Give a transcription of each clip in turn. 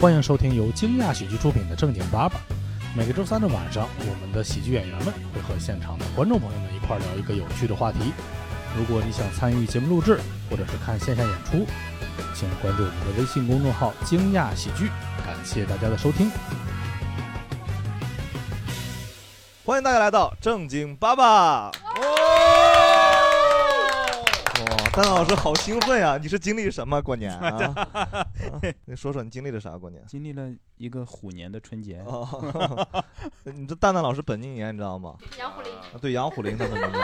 欢迎收听由惊讶喜剧出品的正经八百。每个周三的晚上，我们的喜剧演员们会和现场的观众朋友们一块聊一个有趣的话题。如果你想参与节目录制，或者是看线下演出，请关注我们的微信公众号惊讶喜剧。感谢大家的收听。 欢迎大家来到正经八百。蛋蛋老师好兴奋呀！你是经历什么过年啊？你说说你经历了啥过年？ 经历了一个虎年的春节。 你这蛋蛋老师本命年你知道吗？ 杨虎林。 对，杨虎林他的名字。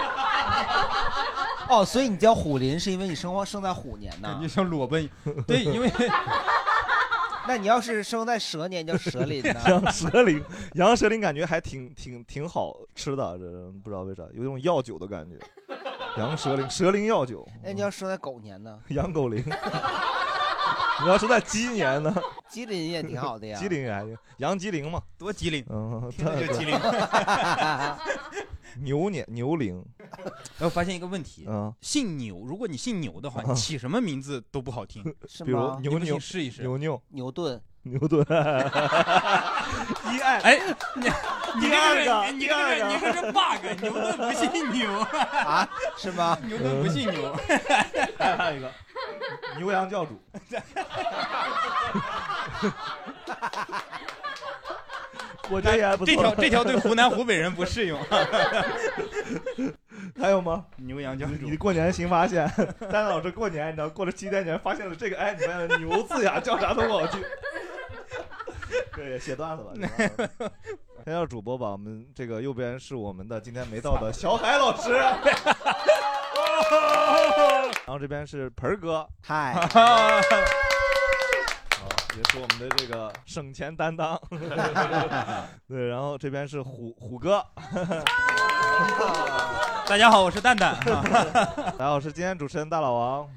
哦，所以你叫虎林是因为你生在虎年呢？ 感觉像裸奔。对，因为那你要是生在蛇年叫蛇林呢？ 杨蛇林感觉还挺好吃的，这不知道为啥有种药酒的感觉。杨蛇灵药酒。 那你要生在狗年呢？ 杨狗灵。你要是在鸡年呢？ 鸡灵也挺好的呀。 鸡灵也还行，杨鸡灵嘛， 多机灵， 听着就机灵。牛灵。 我发现一个问题，姓牛，如果你姓牛的话，你起什么名字都不好听， 是吗？ 比如牛试一试， 牛顿。 一爱哎， 第二个， 你这是 bug， 牛顿不姓牛啊？是吗？ 牛顿不姓牛。 还有一个牛羊教主。我觉得也还不错。 这条对湖南湖北人不适用。 还有吗？ 牛羊教主。 你过年新发现，丹丹老师过年你知道过了7天前发现了这个，哎，你发现牛字呀，叫啥都不好听。对，写段子吧。先叫主播吧，我们这个右边是我们的今天没到的小海老师。然后这边是盆儿哥， 嗨。 也是我们的这个省钱担当。对，然后这边是虎哥。 大家好，我是蛋蛋。 大家好，我是今天主持人大老王。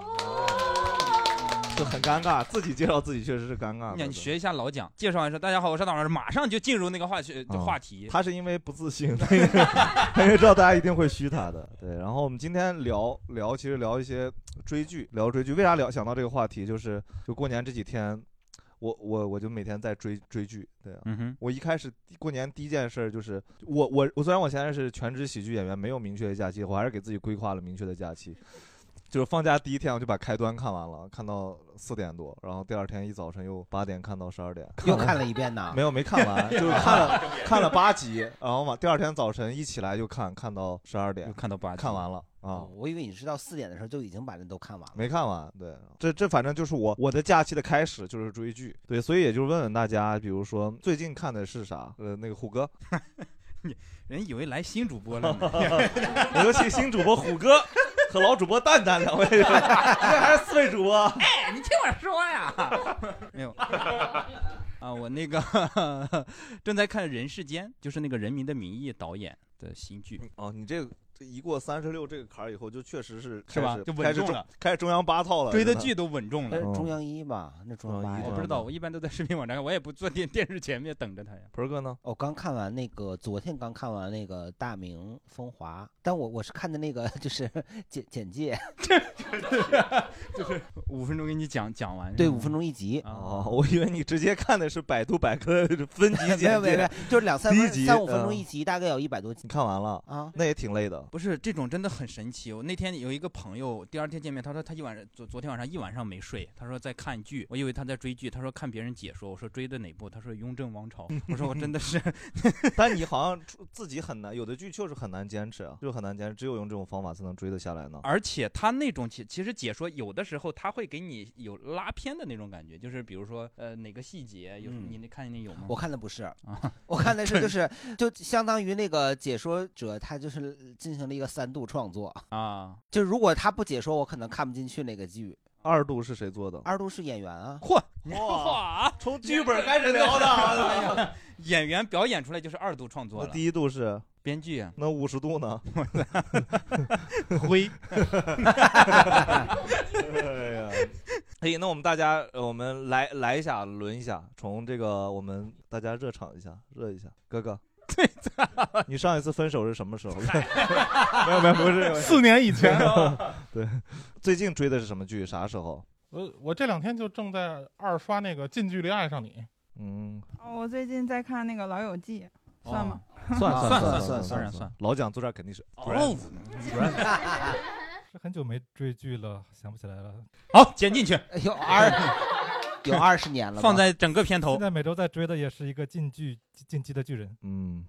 就很尴尬，自己介绍自己确实是尴尬的。 你学一下老蒋，介绍一下，大家好，我是大老师，马上就进入那个话题。 他是因为不自信，他因为知道大家一定会虚他的。对，然后我们今天聊一些追剧，为啥想到这个话题，就过年这几天，我就每天在追剧。对啊，我一开始过年第一件事就是我虽然我现在是全职喜剧演员，没有明确的假期，我还是给自己规划了明确的假期。就是放假第一天我就把开端看完了，看到4点多，然后第二天一早晨又8点看到12点， 又看了一遍呢？ 没看完，就是看了8集，然后第二天早晨一起来就看到12点， 又看到8集， 看完了啊！ 我以为你是到4点的时候就已经把人都看完了， 没看完。对，这反正就是我的假期的开始就是追剧。对，所以也就问问大家，比如说最近看的是啥？那个虎哥。 人以为来新主播了呢。 尤其新主播虎哥和老主播蛋蛋2位，这还是4位主播。 哎，你听我说呀。没有啊，我那个正在看《人世间》，就是那个《人民的名义》导演的新剧。 哦，你这个一过36这个坎儿以后，就确实是吧？就稳重了， 开始中央8套了， 追的剧都稳重了。 中央1吧？那中央8， 我不知道，我一般都在视频网站看，我也不坐电视前面等着他呀。 盆哥呢？ 我刚看完那个，昨天刚看完那个《大明风华》，但我是看的那个就是简介， 就是5分钟给你讲完。 对5分钟1集。 哦，我以为你直接看的是百度百科分级简介。 没，就是3-5分钟1集，大概有100多集。 你看完了啊？那也挺累的。 不是，这种真的很神奇。我那天有一个朋友，第二天见面，他说他昨天晚上一晚上没睡，他说在看剧，我以为他在追剧，他说看别人解说，我说追的哪部？他说《雍正王朝》，我说我真的是。 但你好像自己很难，有的剧就是很难坚持啊，就很难坚持，只有用这种方法才能追得下来呢。 而且他那种其实解说有的时候他会给你有拉偏的那种感觉，就是比如说哪个细节有你看见那有吗？ 我看的不是，我看的是就相当于那个解说者他就是进行了一个3度创作啊， 就如果他不解说，我可能看不进去那个剧。 2度是谁做的 ？2度是演员啊。 哇， 从剧本开始聊的。 演员表演出来就是2度创作了。 那第1度是编剧啊。 那50度呢？ 灰。 哎呀，那我们大家，我们来一下，轮一下，从这个我们大家热场一下，热一下，哥哥。 对， 你上一次分手是什么时候？没有，不是 4年以前。 对，最近追的是什么剧？啥时候？ 我这2天就正在2刷那个《近距离爱上你》。 我最近在看那个《老友记》，算吗？ 算，老蒋坐这儿肯定是是很久没追剧了，想不起来了。 好，剪进去。 有20年了， 放在整个片头。 现在每周在追的也是一个进击的巨人。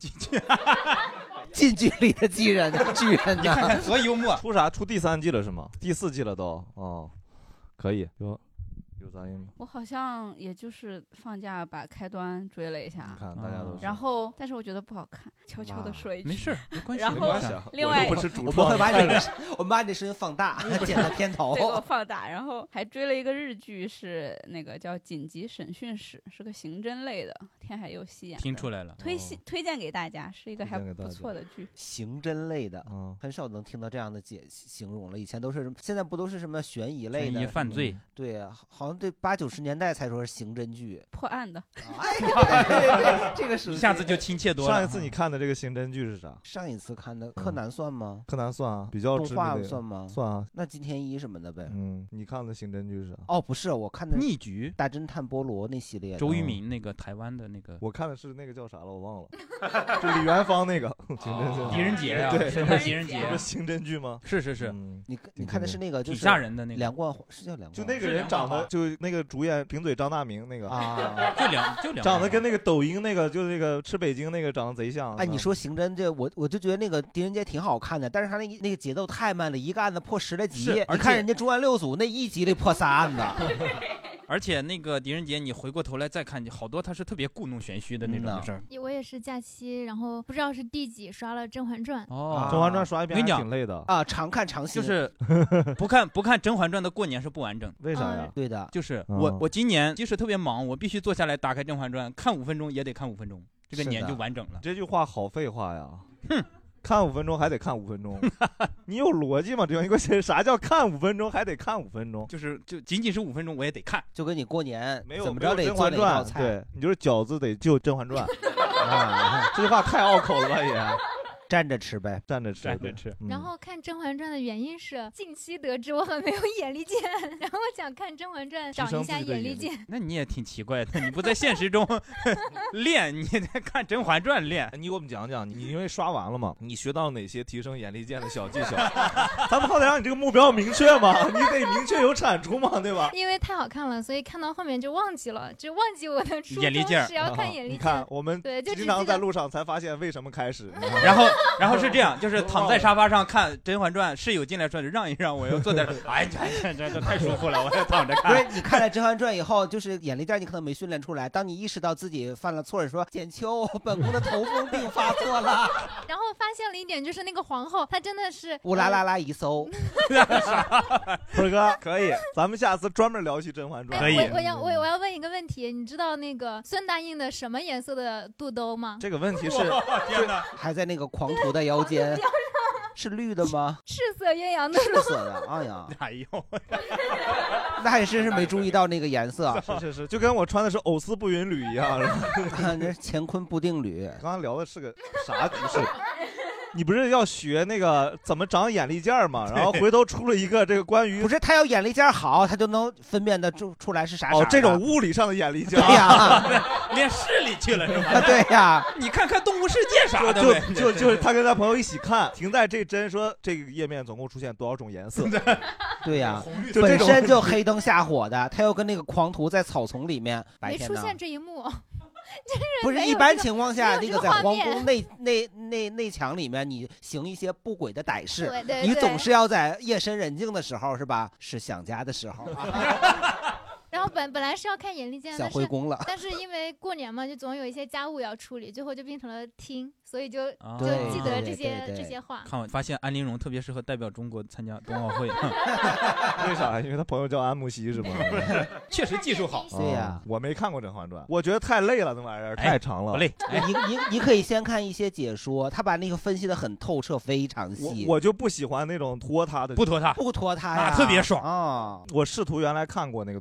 近距离的巨人呢？ 你看看多幽默。 出第3季了是吗？第4季了都。哦，可以。有杂音吗？ 我好像也就是放假把开端追了一下， 你看大家都是。 然后，但是我觉得不好看，悄悄的说一句。 没事，没关系。 然后，另外不是主我们会把你的声音放大，剪在片头。 对，我放大。然后还追了一个日剧，是那个叫《紧急审讯室》，是个刑侦类的，天海佑希演的。 听出来了。 推荐给大家，是一个还不错的剧。 刑侦类的，很少能听到这样的形容了。以前都是，现在不都是什么悬疑类的？ 悬疑犯罪。 对啊，好像对80、90年代才说是刑侦剧， 破案的。 这个是一下子就亲切多了。 上一次你看的这个刑侦剧是啥？ 上一次看的柯南算吗？ 柯南算啊，比较动画算吗？ 算啊。 那金田一什么的呗。 你看的刑侦剧是啥？ 哦，不是，我看的逆局、 大侦探波罗那系列。 周渝民那个台湾的那个。 我看的是那个叫啥了，我忘了。就李元芳那个狄仁杰呀， 对， 狄仁杰。 不是刑侦剧吗？ 是。 你看的是那个挺吓人的那个。 梁冠华是叫梁冠华。 就那个人长得就那个主演顶嘴张大明那个啊， 就两长得跟那个抖音那个就那个吃北京那个长得贼像。 哎，你说刑侦这我就觉得那个狄仁杰挺好看的，但是他那个节奏太慢了，一个案子破10来集。你看人家重案6组那1集里破3案子。 而且那个狄仁杰，你回过头来再看，好多他是特别故弄玄虚的那种事儿。 我也是假期，然后不知道是第几刷了《甄嬛传》。 哦，《甄嬛传》刷一遍还挺累的啊，常看常新。 就是不看《甄嬛传》的过年是不完整。 为啥呀？ 对的， 就是我今年即使特别忙，我必须坐下来打开《甄嬛传》看5分钟，也得看5分钟，这个年就完整了。 这句话好废话呀！ 哼。 看5分钟还得看5分钟，你有逻辑吗？这样一个啥叫看5分钟还得看5分钟？ 就仅仅是5分钟我也得看， 就跟你过年没有怎么着得甄嬛传，对，你就是饺子得就《甄嬛传》这句话太拗口了吧也。 站着吃呗， 站着吃。 然后看《甄嬛传》的原因是近期得知我很没有眼力见，然后我想看《甄嬛传》长一下眼力见。 那你也挺奇怪的，你不在现实中练，你在看《甄嬛传》练。 你给我们讲讲，你因为刷完了嘛，你学到哪些提升眼力见的小技巧？咱们好歹让你这个目标明确嘛，你得明确有产出嘛，对吧？ 因为太好看了，所以看到后面就忘记了，就忘记我的初衷是要看眼力见。 你看我们对，就经常在路上才发现为什么开始。 然后是这样，就是躺在沙发上看《甄嬛传》，室友进来说让一让，我又坐在这，哎，这太舒服了，我要躺着看。 不是，你看了《甄嬛传》以后，就是眼力见你可能没训练出来。当你意识到自己犯了错，你说简秋，本宫的头风病发作了。 然后发现了一点，就是那个皇后，她真的是乌拉拉拉一搜。 辉哥可以，咱们下次专门聊起《甄嬛传》。 可以。 我要问一个问题，你知道那个孙大应的什么颜色的肚兜吗？ 这个问题是， 天哪， 还在那个狂徒的腰间。是绿的吗？ 赤色鸳鸯的。 赤色的，哎呀， 哎呦， 那也真是没注意到那个颜色。 是，就跟我穿的是藕丝不匀履一样。 那乾坤不定履。 刚刚聊的是个啥故事？你不是要学那个怎么长眼力见吗？然后回头出了一个这个关于不是他要眼力见好，他就能分辨得出来是啥。 哦，这种物理上的眼力见。 对呀， 练视力去了是吧？ 对呀， 你看看动物世界啥的。 就是他跟他朋友一起看，停在这帧说这个页面总共出现多少种颜色。 对呀，本身就黑灯瞎火的，他又跟那个狂徒在草丛里面白天没出现这一幕。 不是一般情况下，那个在皇宫内墙里面，你行一些不轨的歹事，你总是要在夜深人静的时候，是吧？是想家的时候。 然后本来是要看眼力见， 想回宫了， 但是因为过年嘛，就总有一些家务要处理，最后就变成了听，所以就记得这些话。 看我发现安陵容特别适合代表中国参加冬奥会。 为啥？因为他朋友叫安慕希是吗？ 确实技术好。 对呀， 我没看过《甄嬛传》，我觉得太累了，那玩意儿太长了。 不累。 你可以先看一些解说，他把那个分析的很透彻，非常细。 我就不喜欢那种拖沓的， 不拖沓呀， 特别爽啊！ 我试图原来看过那个东西，就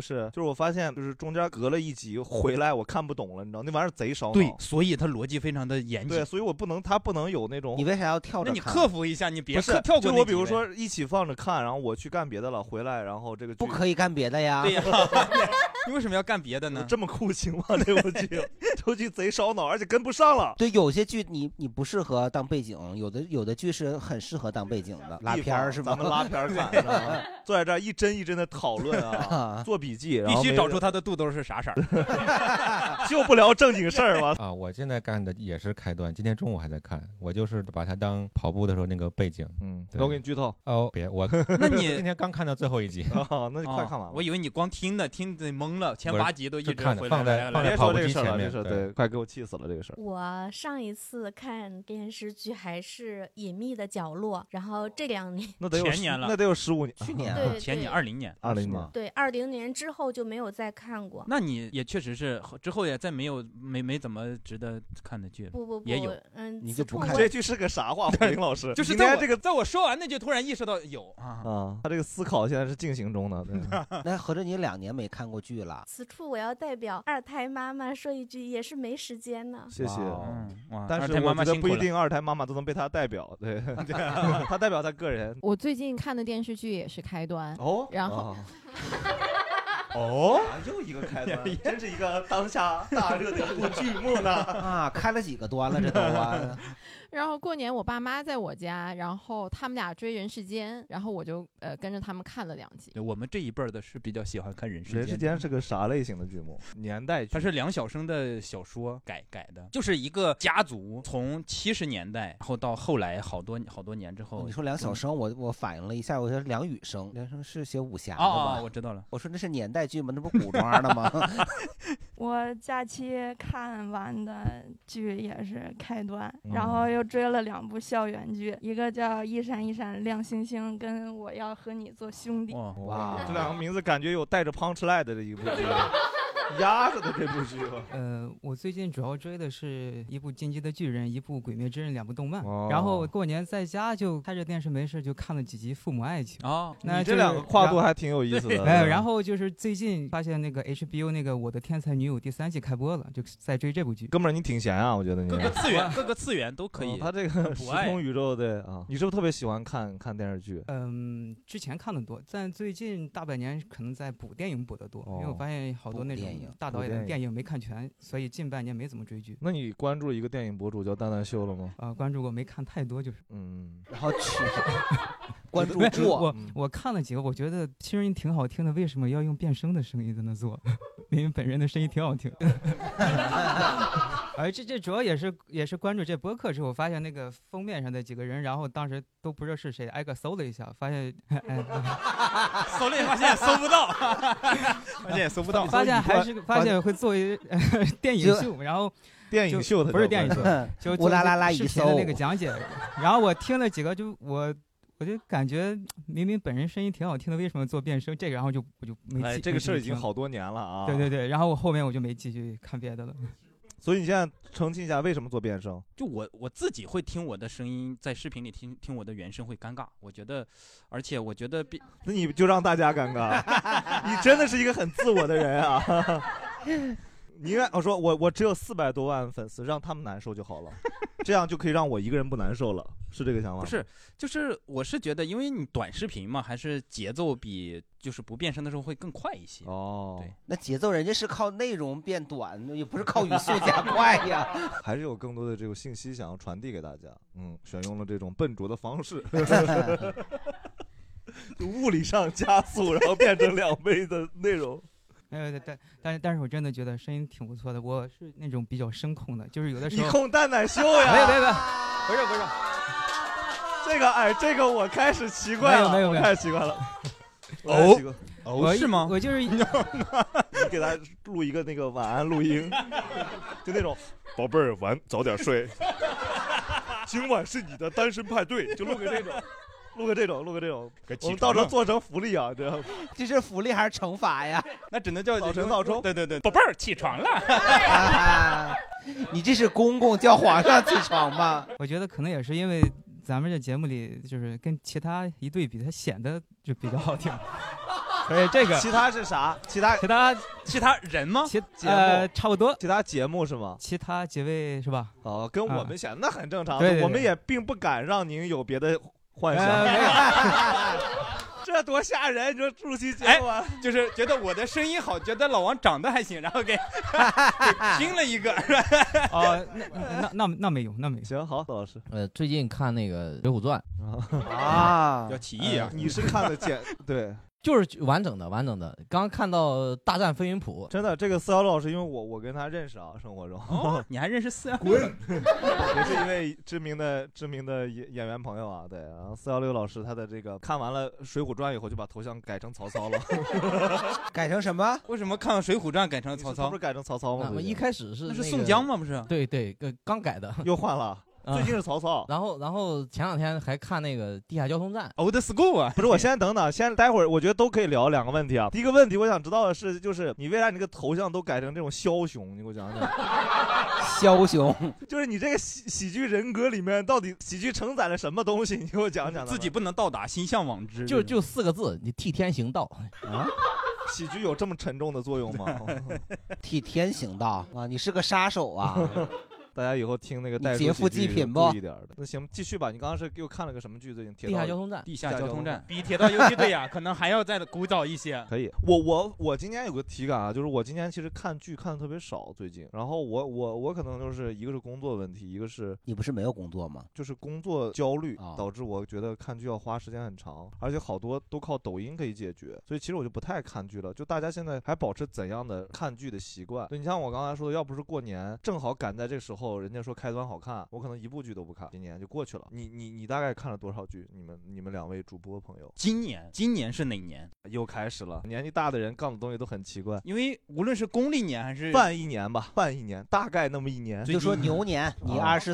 是，就是我发现就是中间隔了一集回来我看不懂了，你知道那玩意儿贼烧脑。 对，所以它逻辑非常的严谨。 对，所以它不能有那种。 你为啥要跳着看？ 那你克服一下，你别跳过。 就我比如说一起放着看，然后我去干别的了，回来然后这个剧不可以干别的呀。 对呀，你为什么要干别的呢？ 这么酷刑吗？这部剧，这部剧贼烧脑，而且跟不上了。 对，有些剧你不适合当背景，有的剧是很适合当背景的，拉片儿是吧？ 咱们拉片儿看，坐在这儿一帧一帧的讨论啊，做笔记， 必须找出他的肚兜是啥色儿， 就不聊正经事儿吧。 啊，我现在干的也是开端，今天中午还在看，我就是把它当跑步的时候那个背景。 我给你剧透哦，别我， 那你今天刚看到最后一集， 那你快看完了。 我以为你光听的懵了，前8集都一直看放在跑步机前面， 对，快给我气死了这个事儿。 我上一次看电视剧还是《隐秘的角落》，然后这2年那得有前年了， 那得有15年， 去年对前年20年对20年之后就没有再看过。 那你也确实是之后也再没怎么值得看的剧了。 不， 也有， 你就不看这句是个啥话？胡林老师， 就是在我说完那句突然意识到有啊，他这个思考现在是进行中的。 那合着你2年没看过剧了？ 此处我要代表2胎妈妈说一句，也是没时间呢。 谢谢。 但是我觉得不一定2胎妈妈都能被他代表，对，他代表他个人。 我最近看的电视剧也是开端哦， 然后。 又一个开端，真是一个当下大热的一部剧目呢。 啊，开了几个端了，这都啊。 然后过年我爸妈在我家，然后他们俩追《人世间》，然后我就跟着他们看了2集。 我们这一辈儿的是比较喜欢看《人世间》。 人世间是个啥类型的剧目？年代剧？ 它是梁晓声的小说改的，就是一个家族从70年代，然后到后来好多年之后。 你说梁晓声，我反应了一下，我说梁羽生，梁羽生是写武侠的吧？ 我知道了。 我说那是年代剧吗？那不古装的吗？ 我假期看完的剧也是开端，然后又追了2部校园剧，一个叫《一闪一闪亮星星》，跟我要和你做兄弟。 哇，这2个名字感觉有带着 punchline 的一部剧。压着的这部剧吧。 我最近主要追的是一部《进击的巨人》，一部《鬼灭之刃》，2部动漫。然后过年在家就开着电视没事就看了几集《父母爱情》。 那这2个跨度还挺有意思的。 然后就是最近发现那个 HBO 那个《我的天才女友》第3季开播了，就在追这部剧。 哥们儿，你挺闲啊，我觉得你。 各个次元都可以。 他这个时空宇宙对啊，你是不是特别喜欢看电视剧？ 之前看的多，但最近大半年可能在补电影补的多，因为我发现好多那种大导演的电影没看全，所以近半年没怎么追剧。 那你关注一个电影博主叫蛋蛋秀了吗？ 关注过，没看太多，就是。 然后关注过。 我看了几个，我觉得声音挺好听的，为什么要用变声的声音在那做？明明本人的声音挺好听。这主要也是关注这播客之后，发现那个封面上的几个人，然后当时都不知道是谁，挨个搜了一下，发现搜了发现搜不到，发现也搜不到， 发现会做一电影秀，然后电影秀不是电影秀，就乌拉拉拉一搜那个讲解，然后我听了几个，我就感觉明明本人声音挺好听的，为什么做变声？这个然后我就没记。 这个事儿已经好多年了啊。 对，然后后面我就没继续看别的了。 所以你现在澄清一下，为什么做变声？ 就我自己会听我的声音，在视频里听我的原声会尴尬，我觉得，而且我觉得， 那你就让大家尴尬，你真的是一个很自我的人啊。你应该我说我只有400多万粉丝，让他们难受就好了，这样就可以让我一个人不难受了，是这个想法吗？ 不是，就是我是觉得，因为你短视频嘛，还是节奏比就是不变声的时候会更快一些。 对，那节奏人家是靠内容变短，也不是靠语速加快呀。 还是有更多的这种信息想要传递给大家，选用了这种笨拙的方式，就物理上加速，然后变成2倍的内容。 但是我真的觉得声音挺不错的，我是那种比较声控的，就是有的时候你控蛋奶秀呀？ 没有，不是， 这个我开始奇怪了， 没有， 太奇怪了。 是吗？ 我就是你给他录一个那个晚安录音，就那种宝贝儿早点睡，今晚是你的单身派对，就录个这种。录个这种，我们到时候做成福利啊， 这是福利还是惩罚呀？ 那只能叫早晨闹钟。 对，宝贝儿起床了。 你这是公公叫皇上起床吗？ 我觉得可能也是因为咱们这节目里就是跟其他一对比，它显得就比较好听。 所以这个其他是啥？其他人吗？ 差不多。 其他节目是吗？ 其他几位是吧？ 哦，跟我们想那很正常， 对， 我们也并不敢让您有别的幻想。这多吓人！你说出期节目啊， 就是觉得我的声音好，觉得老王长得还行，然后给拼了一个。 哦，那没有，那没有。 行，好，老师。 最近看那个《水浒传》 啊， 要起义啊！ 你是看的对。 就是完整的。刚看到大战飞云浦， 真的，这个416老师，因为我跟他认识啊，生活中。 你还认识416？ 滚！也是一位知名的演员朋友啊，对。然后416老师他的这个看完了《水浒传》以后，就把头像改成曹操了。 改成什么？ 为什么看了《水浒传》改成曹操？ 不是改成曹操吗？ 一开始是那是宋江吗？不是？ 对，刚改的， 又换了。最近是曹操， 然后前两天还看那个地下交通站 Old School 啊， 不是，我先等等，待会儿我觉得都可以聊2个问题啊。第一个问题我想知道的是，就是你为啥你这个头像都改成这种枭雄？你给我讲讲。 枭雄， 就是你这个喜剧人格里面到底喜剧承载了什么东西？你给我讲讲。 自己不能到达，心向往之。 就4个字，你替天行道啊。喜剧有这么沉重的作用吗？ 替天行道啊，你是个杀手啊。 大家以后听那个带劫富济贫不一点的。那行，继续吧。你刚刚是又看了个什么剧？最近地下交通站。 地下交通站比铁道游击队啊，可能还要再古早一些。 可以。我今年有个体感啊，就是我今年其实看剧看的特别少，最近。然后我可能就是一个是工作问题，一个是你不是没有工作吗？ 就是工作焦虑导致我觉得看剧要花时间很长，而且好多都靠抖音可以解决，所以其实我就不太看剧了。就大家现在还保持怎样的看剧的习惯？对，你像我刚才说的，要不是过年正好赶在这时候，人家说开端好看，我可能一部剧都不看，今年就过去了。你大概看了多少剧？你们2位主播朋友？ 今年是哪年？ 又开始了。年纪大的人杠的东西都很奇怪， 因为无论是公历年还是办一年吧，办一年，大概那么一年。 就说牛年，你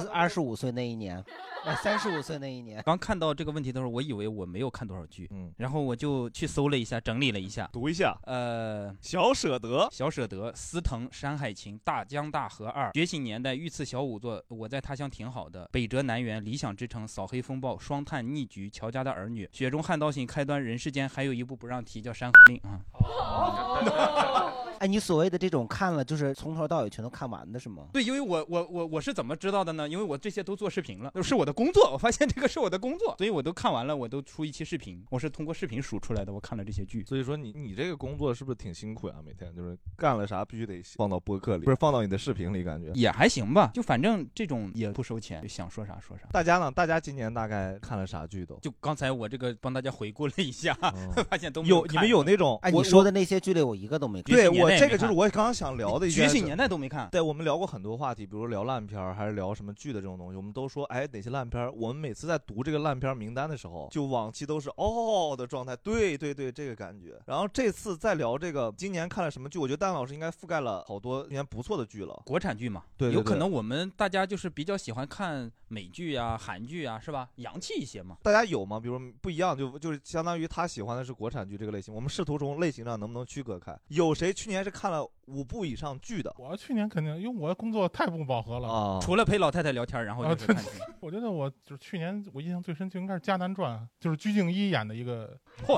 25岁那一年，35岁那一年。 刚看到这个问题的时候，我以为我没有看多少剧，然后我就去搜了一下，整理了一下， 读一下。小舍得、 司藤、山海情、大江大河2、觉醒年代、御赐小仵作、我在他乡挺好的、北辙南辕、理想之城、扫黑风暴、双探逆局、乔家的儿女、雪中悍刀行、开端、人世间，还有一部不让提叫《山河令》啊。 哎，你所谓的这种看了就是从头到尾全都看完的是吗？ 对，因为我是怎么知道的呢？因为我这些都做视频了，是我的工作。我发现这个是我的工作，所以我都看完了，我都出一期视频。我是通过视频数出来的，我看了这些剧。 所以说你这个工作是不是挺辛苦呀？每天就是干了啥必须得放到播客里，不是放到你的视频里，感觉也还行吧。就反正这种也不收钱，就想说啥说啥。 大家呢？大家今年大概看了啥剧都？ 就刚才我这个帮大家回顾了一下，发现都没有。你们有那种？ 哎，你说的那些剧里我一个都没看。 对，我这个就是我刚刚想聊的一件事。 觉醒年代都没看。 对，我们聊过很多话题，比如聊烂片还是聊什么剧的这种东西，我们都说，哎，哪些烂片？我们每次在读这个烂片名单的时候，就往期都是的状态。对，这个感觉。然后这次再聊这个今年看了什么剧，我觉得蛋老师应该覆盖了好多今年不错的剧了。 国产剧嘛， 对， 有可能我们大家就是比较喜欢看美剧啊、韩剧啊，是吧？洋气一些嘛。 大家有吗？比如不一样，就是相当于他喜欢的是国产剧这个类型，我们试图从类型上能不能区隔开？有谁去年是看了5部以上剧的？ 我去年肯定，因为我的工作太不饱和了啊， 除了陪老太太聊天，然后就是看剧。 我觉得我就是去年我印象最深就应该是《迦南传》，就是鞠婧祎演的一个。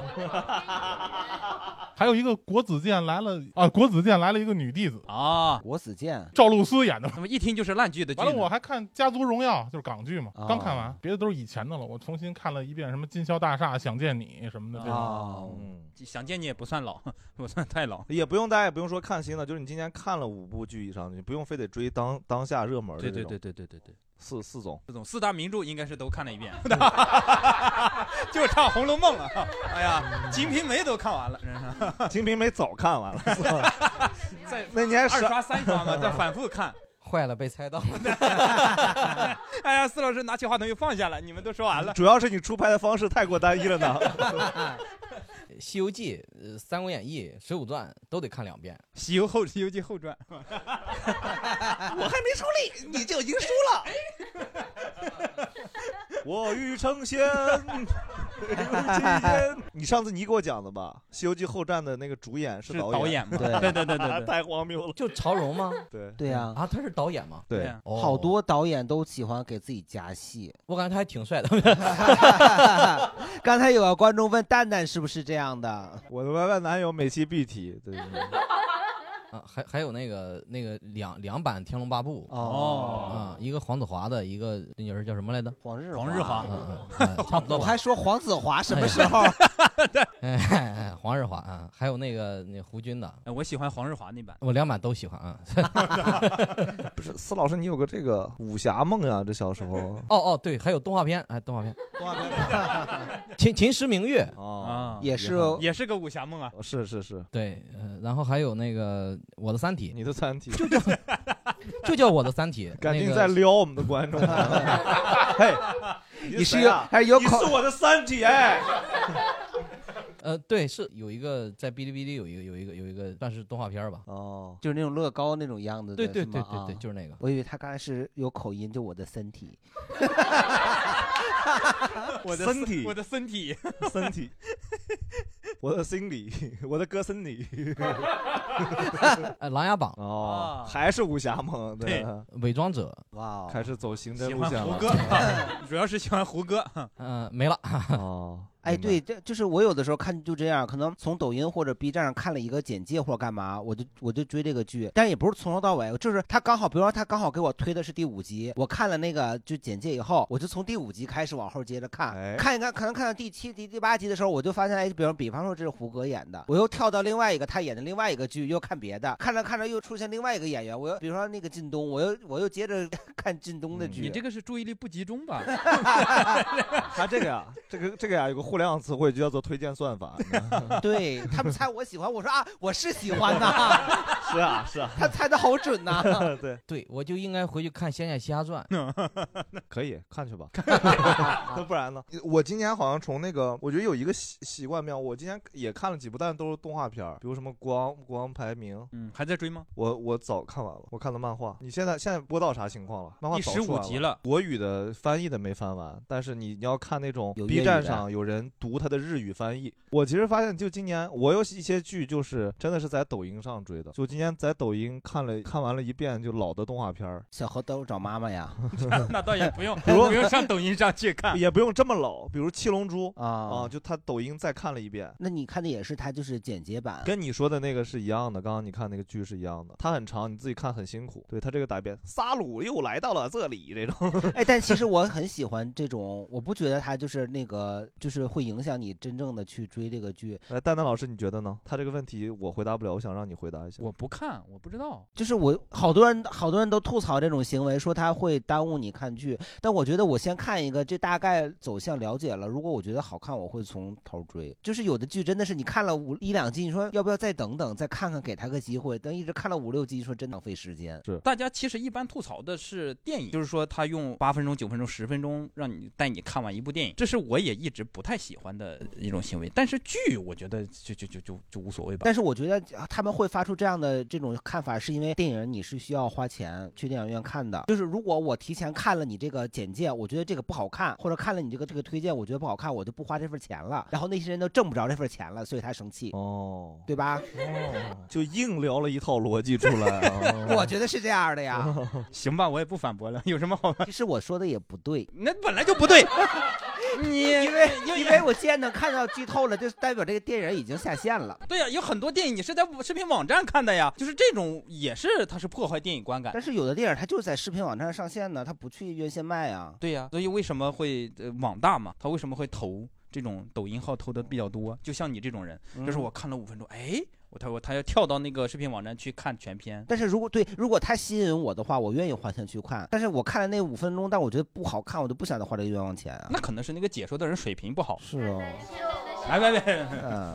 还有一个国子监来了啊！国子监来了一个女弟子啊！ 国子监赵露思演的， 那么一听就是烂剧的剧。 完了，我还看《家族荣耀》，就是港剧嘛，刚看完，别的都是以前的了。我重新看了一遍什么《金宵大厦》《想见你》什么的这种。 想见你也不算老，不算太老， 也不用大家也不用说看新的，就是你今年看了5部剧以上，你不用非得追当下热门的这种。 对。 四种 4大名著应该是都看了一遍，就差《红楼梦》了。哎呀，《金瓶梅》都看完了，真是 《金瓶梅》早看完了， 在那你还 2刷3刷嘛，再反复看。 坏了，被猜到。 哎呀，司老师拿起话筒又放下了，你们都说完了。 主要是你出牌的方式太过单一了呢。 《西游记》《三国演义》《水浒传》都得看2遍， 《西游记后传》 我还没出力，你就已经输了。我欲成仙， 你上次你给我讲的吧，《西游记后传》的那个主演是导演吗？ 对， 太荒谬了。 就曹荣吗？ 对呀， 啊，他是导演吗？ 对， 好多导演都喜欢给自己加戏， 我感觉他还挺帅的。 刚才有个观众问蛋蛋是不是这样的？ 我的 YY 男友每期必提，对。 啊，还有那个两版《天龙八部》一个黄子华的，一个那人叫什么来着？ 黄日华， 差不多。 我还说黄子华什么时候？ 黄日华啊，还有那胡军的， 我喜欢黄日华那版， 我两版都喜欢啊。 不是，司老师，你有个这个武侠梦呀？这小时候。 哦，对，还有动画片，动画片，秦时明月也是个武侠梦啊。 是， 对，然后还有那个我的三体， 你的三体就叫我的三体， 赶紧在撩我们的观众。嘿， 你是有你是我的三体哎。 对，是有一个在哔哩哔哩有一个算是动画片吧。 哦，就是那种乐高那种样子的。 对，就是那个。 我以为他刚才是有口音，就我的身体。 我的身体，我的身体， 身体，我的心里，我的歌声里。 琅琊榜哦，还是武侠梦，对， 伪装者， 哇， 开始走刑侦路线了。 胡歌，主要是喜欢胡歌， 没了。 哦。 哎，对，这就是我有的时候看就这样，可能从抖音或者 B 站上看了一个简介或者干嘛，我就追这个剧，但也不是从头到尾，就是他刚好，比如说他刚好给我推的是第5集，我看了那个就简介以后，我就从第5集开始往后接着看，看一看，可能看到第7集、第8集的时候，我就发现，哎，比方说这是胡歌演的，我又跳到另外一个他演的另外一个剧，又看别的，看着看着又出现另外一个演员，我又比如说那个靳东，我又接着看靳东的剧。 你这个是注意力不集中吧？ 他这个呀，这个呀，有个互联网词汇就叫做推荐算法。 对他们猜我喜欢，我说啊，我是喜欢的。 是啊， 他猜的好准呐。 对， 我就应该回去看《仙剑奇侠传》。 可以看去吧。不然呢？我今年好像从那个，我觉得有一个习惯妙，我今年也看了几部，但都是动画片，比如什么国王排名。 还在追吗？ 我早看完了，我看了漫画。你现在播到啥情况了？漫画第15集了， 国语的翻译的没翻完，但是你要看那种 B 站上有人读他的日语翻译。我其实发现，就今年我有一些剧就是真的是在抖音上追的，就今年在抖音看完了一遍就老的动画片。 小河都找妈妈呀。 那倒也不用，不用上抖音上去看， 也不用这么老。比如七龙珠啊， 就他抖音再看了一遍。 那你看的也是他就是简洁版， 跟你说的那个是一样的。刚刚你看那个剧是一样的，它很长，你自己看很辛苦。对他这个改编，萨鲁又来到了这里这种。 哎，但其实我很喜欢这种，我不觉得他就是那个就是会影响你真正的去追这个剧。 蛋蛋老师，你觉得呢？他这个问题我回答不了，我想让你回答一下。 我不看，我不知道。 就是好多人都吐槽这种行为，说他会耽误你看剧。但我觉得我先看一个，这大概走向了解了。如果我觉得好看，我会从头追。就是有的剧真的是你看了1-2集，你说要不要再等等，再看看，给他个机会。等一直看了5-6集，说真浪费时间。 是大家其实一般吐槽的是电影，就是说他用8分钟、9分钟、10分钟让你带你看完一部电影，这是我也一直不太喜欢的一种行为。但是剧我觉得就无所谓吧。 但是我觉得他们会发出这样的这种看法，是因为电影你是需要花钱去电影院看的。就是如果我提前看了你这个简介，我觉得这个不好看，或者看了你这个推荐，我觉得不好看，我就不花这份钱了。然后那些人都挣不着这份钱了，所以他生气。 哦， 对吧？ 就硬聊了一套逻辑出来。 我觉得是这样的呀。 行吧，我也不反驳了，有什么好？ 其实我说的也不对， 那本来就不对。 因为我现在能看到剧透了，就代表这个电影已经下线了。 对呀，有很多电影你是在视频网站看的呀，就是这种也是它是破坏电影观感。 但是有的电影它就是在视频网站上线呢，它不去院线卖啊。 对呀，所以为什么会网大嘛？它为什么会投这种抖音号投的比较多？就像你这种人，就是我看了5分钟，哎。他要跳到那个视频网站去看全片， 但是如果他吸引我的话，我愿意花钱去看。但是我看了那5分钟，但我觉得不好看，我就不想再花这个冤枉钱啊。 那可能是那个解说的人水平不好。 是哦。 来，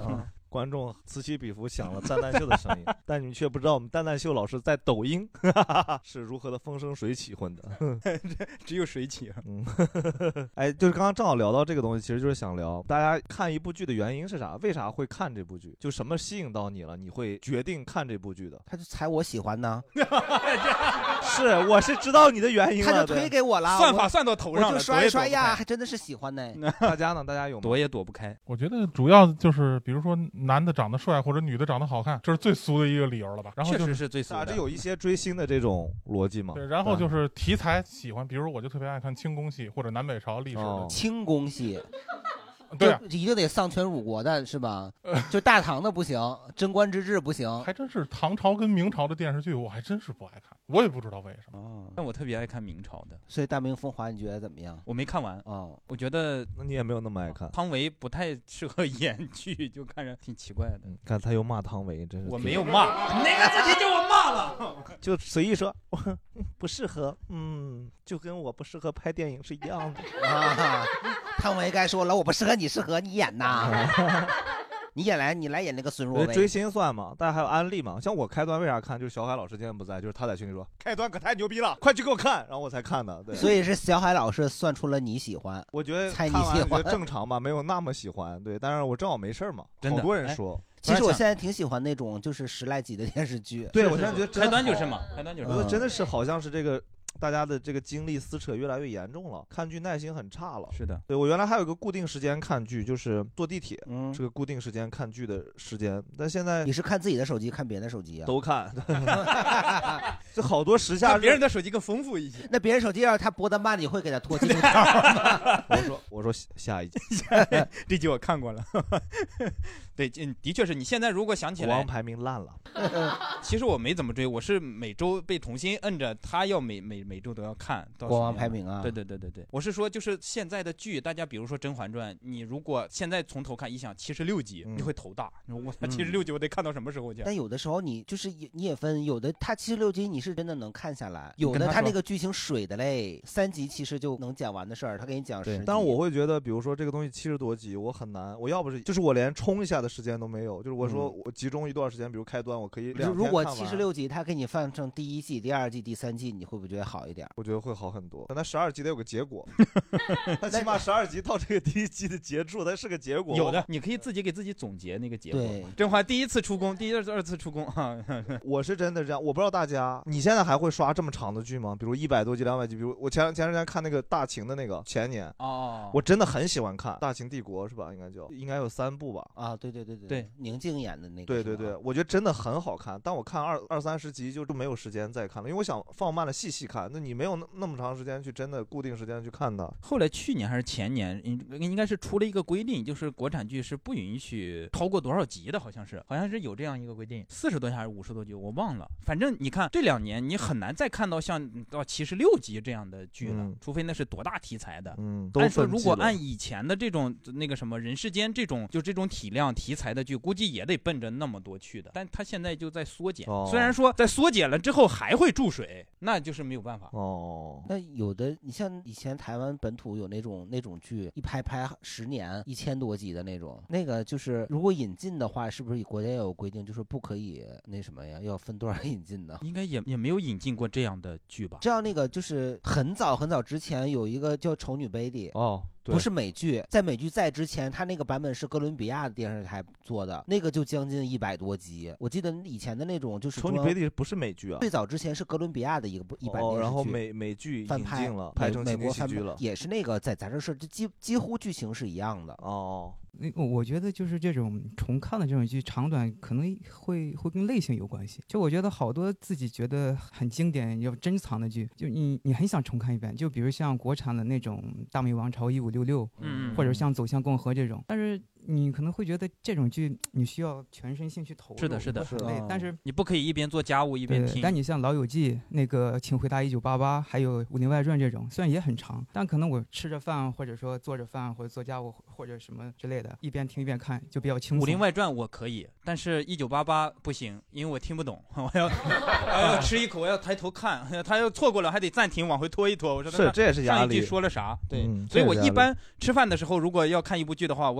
观众此起彼伏想了蛋蛋秀的声音，但你们却不知道我们蛋蛋秀老师在抖音是如何的风生水起混的， 只有水起。 哎，就是刚刚正好聊到这个东西，其实就是想聊大家看一部剧的原因是啥，为啥会看这部剧，就什么吸引到你了，你会决定看这部剧的。 他就猜我喜欢呢。 是，我是知道你的原因了， 他就推给我了， 算法算到头上了， 我就刷一刷呀，还真的是喜欢呢。 大家呢？大家有吗？ 躲也躲不开。 我觉得主要就是比如说男的长得帅或者女的长得好看，这是最俗的一个理由了吧？然后确实是最俗的。 这有一些追星的这种逻辑嘛？ 对，然后就是题材喜欢，比如我就特别爱看清宫戏或者南北朝历史的。 清宫戏。 对、啊， 一定得丧权辱国的是吧？就大唐的不行，贞观之治不行。 还真是唐朝跟明朝的电视剧，我还真是不爱看，我也不知道为什么。 但我特别爱看明朝的。 所以《大明风华》你觉得怎么样？ 我没看完我觉得那你也没有那么爱看。 汤唯不太适合演剧，就看着挺奇怪的。 看他又骂汤唯，真是。 我没有骂，哪个字体就我骂了， 就随意说不适合，就跟我不适合拍电影是一样的啊。汤唯该说了，我不适合你，适合你演呐。你来演那个孙若薇。 追星算吗？大家还有安利嘛？像我开端为啥看？就是小海老师今天不在，就是他在群里说开端可太牛逼了，快去给我看，然后我才看的。对， 所以是小海老师算出了你喜欢。 我觉得猜你喜欢正常吧，没有那么喜欢。对，但是我正好没事嘛，好多人说。 其实我现在挺喜欢那种就是10来集的电视剧。 对，我现在觉得开端就是嘛，开端就是。 我真的是好像是这个。大家的这个精力撕扯越来越严重了，看剧耐心很差了。 是的， 对我原来还有个固定时间看剧，就是坐地铁，是个固定时间看剧的时间。但现在你是看自己的手机，看别人的手机啊？ 都看，就好多时下别人的手机更丰富一些。 那别人手机要是他播的慢，你会给他拖进度条吗？ 我说下一集， 这集我看过了。对，的确是你现在如果想起来， 国王排名烂了。 其实我没怎么追，我是每周被童心摁着，他要每周都要看。 国王排名啊？ 对，我是说就是现在的剧，大家比如说《甄嬛传》，你如果现在从头看，一想76集，你会头大。我76集我得看到什么时候去？ 但有的时候你就是你也分，有的他76集你是真的能看下来，有的他那个剧情水的嘞，3集其实就能讲完的事儿，他给你讲10集。 但是我会觉得，比如说这个东西70多集，我很难，我要不是就是我连冲一下的时间都没有，就是我说我集中一段时间，比如开端，我可以2天看完。 如果76集他给你放成第1季、第2季、第3季，你会不会觉得好一点？ 我觉得会好很多。但他12集得有个结果，他起码12集到这个第1季的结束，它是个结果。 有的，你可以自己给自己总结那个结果。 对， 甄嬛第1次出宫，第2次出宫啊。 我是真的这样，我不知道大家，你现在还会刷这么长的剧吗？比如100多集、200集，比如我前段时间看那个大秦的那个，前年我真的很喜欢看《大秦帝国》，是吧？应该有3部吧？ 啊，对，宁静演的那个。对，我觉得真的很好看，但我看20-30集就没有时间再看了，因为我想放慢了细看。那你没有那么长时间去真的固定时间去看的。 后来去年还是前年，应该是出了一个规定，就是国产剧是不允许超过多少集的，好像是有这样一个规定，40多集还是50多集，我忘了。反正你看这2年，你很难再看到像到76集这样的剧了，除非那是多大题材的。按说如果按以前的这种那个什么人世间这种体量题材的剧，估计也得奔着那么多去的。但他现在就在缩减，虽然说在缩减了之后还会注水，那就是没有办法。 那有的你像以前台湾本土有那种剧，一拍10年1000多集的那种，那个就是如果引进的话，是不是国家也有规定，就是不可以那什么呀，要分多少引进的？ 应该也没有引进过这样的剧吧？ 这样那个就是很早之前有一个叫《丑女 Baby》不是美剧，在美剧在之前，他那个版本是哥伦比亚的电视台做的，那个就将近100多集。我记得以前的那种就是《 丑女 Baby》不是美剧啊， 最早之前是哥伦比亚的一版电视剧， 然后美剧翻拍了，拍成美国喜剧了， 也是那个在咱这是几乎剧情是一样的。 我觉得就是这种重看的这种剧，长短可能会跟类型有关系。就我觉得好多自己觉得很经典要珍藏的剧，就你很想重看一遍。就比如像国产的那种《大明王朝1566》，或者像《走向共和》这种，但是你可能会觉得这种剧你需要全身心去投入， 是的， 但是你不可以一边做家务一边听。 但你像《老友记》那个《请回答1988》，还有《武林外传》这种，虽然也很长，但可能我吃着饭，或者说做着饭，或者做家务，或者什么之类的，一边听一边看就比较轻松。 《武林外传》我可以，但是1988不行，因为我听不懂，我要吃一口，我要抬头看，他要错过了还得暂停往回拖一拖。我说这也是压力。 上一句说了啥？对，所以我一般吃饭的时候，如果要看一部剧的话，我肯定选国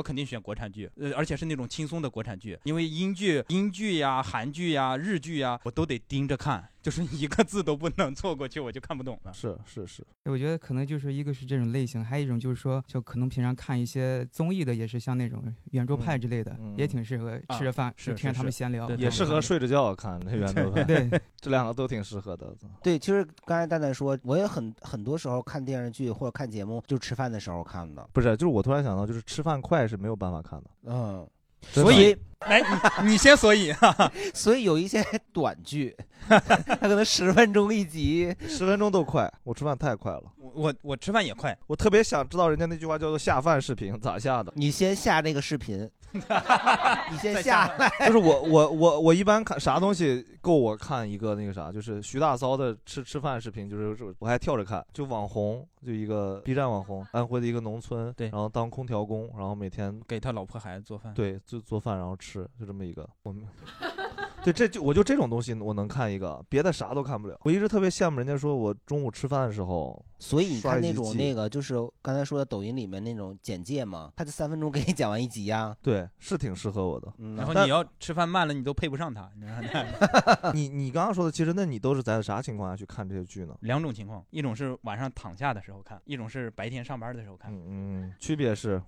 国产剧，而且是那种轻松的国产剧，因为英剧呀、韩剧呀、日剧呀，我都得盯着看，就是一个字都不能错过去，我就看不懂了。 是， 我觉得可能就是一个是这种类型，还有一种就是说，就可能平常看一些综艺的，也是像那种圆桌派之类的，也挺适合吃着饭就听着他们闲聊， 也适合睡着觉看那圆桌派。 对， 这两个都挺适合的。 对，其实刚才蛋蛋说，我也很多时候看电视剧或者看节目，就吃饭的时候看的。 不是，就是我突然想到，就是吃饭快是没有办法看的。 所以来你先所以所以有一些短剧，它可能10分钟一集 ，10分钟都快。我吃饭太快了， 我吃饭也快。 我特别想知道人家那句话叫做下饭视频咋下的。 你先下那个视频，你先下来。 就是我一般看啥东西够我看一个那个啥，就是徐大骚的吃饭视频，就是我还跳着看，就网红，就一个 B 站网红，安徽的一个农村， 对， 然后当空调工，然后每天给他老婆孩子做饭， 对，就做饭然后吃，就这么一个。我们对我就这种东西我能看一个，别的啥都看不了。我一直特别羡慕人家说我中午吃饭的时候， 所以你看那种那个就是刚才说的抖音里面那种简介嘛，他就3分钟给你讲完一集呀。 对，是挺适合我的。 然后你要吃饭慢了，你都配不上他。 你刚刚说的，其实那你都是在啥情况下去看这些剧呢 ？2种情况，一种是晚上躺下的时候看，一种是白天上班的时候看。 区别是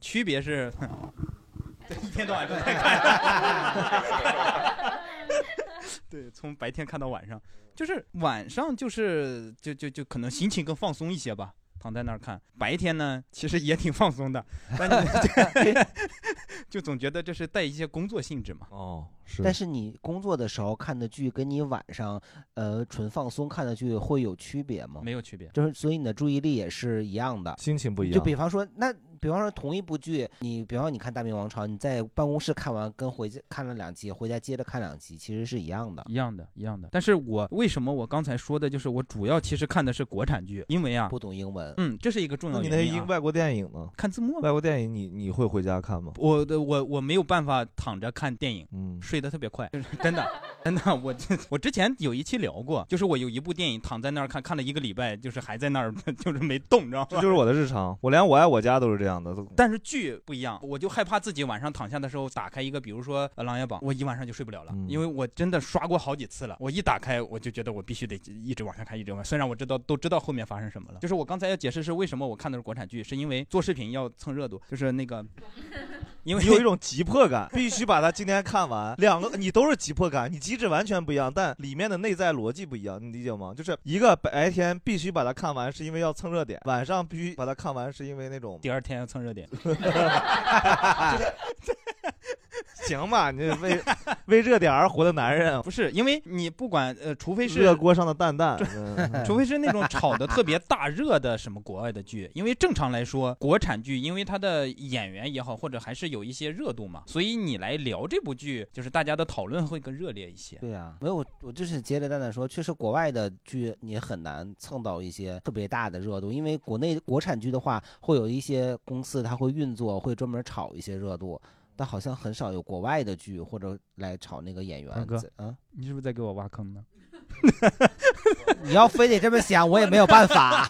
一天到晚都在看。对，从白天看到晚上，就是晚上就是就可能心情更放松一些吧，躺在那儿看。白天呢，其实也挺放松的，但就总觉得这是带一些工作性质嘛。 是。 但是你工作的时候看的剧，跟你晚上纯放松看的剧会有区别吗？ 没有区别， 就是所以你的注意力也是一样的， 心情不一样。 就比方说同一部剧，比方说你看《大明王朝》，你在办公室看完，跟回家看了2集，回家接着看2集，其实是一样的。 一样的。但是为什么我刚才说的就是我主要其实看的是国产剧，因为不懂英文。 这是一个重要原因。 那你那外国电影呢？ 看字幕。 外国电影你会回家看吗？ 我没有办法躺着看电影，睡得特别快，真的。我之前有一期聊过，就是我有一部电影躺在那儿看了1个礼拜，就是还在那儿就是没动，你知道吗？ 这就是我的日常，我连《我爱我家》都是这样的。 但是剧不一样，我就害怕自己晚上躺下的时候打开一个，比如说《琅琊榜》，我一晚上就睡不了了，因为我真的刷过好几次了。我一打开，我就觉得我必须得一直往下看，一直往下看。虽然我都知道后面发生什么了。就是我刚才要解释是为什么我看的是国产剧，是因为做视频要蹭热度，就是那个。因为你有一种急迫感，必须把它今天看完。2个你都是急迫感，你机制完全不一样，但里面的内在逻辑不一样，你理解吗？就是一个白天必须把它看完，是因为要蹭热点；晚上必须把它看完，是因为那种第2天要蹭热点。 行吧，你为热点而活的男人， 不是因为你不管除非是热锅上的蛋蛋， 除非是那种炒的特别大热的什么国外的剧，因为正常来说国产剧，因为它的演员也好，或者还是有一些热度嘛，所以你来聊这部剧，就是大家的讨论会更热烈一些。 对啊，没有，我就是接着蛋蛋说，确实国外的剧你很难蹭到一些特别大的热度，因为国产剧的话，会有一些公司它会运作，会专门炒一些热度。但好像很少有国外的剧或者来炒那个演员。 哥，你是不是在给我挖坑呢？ 你要非得这么想，我也没有办法。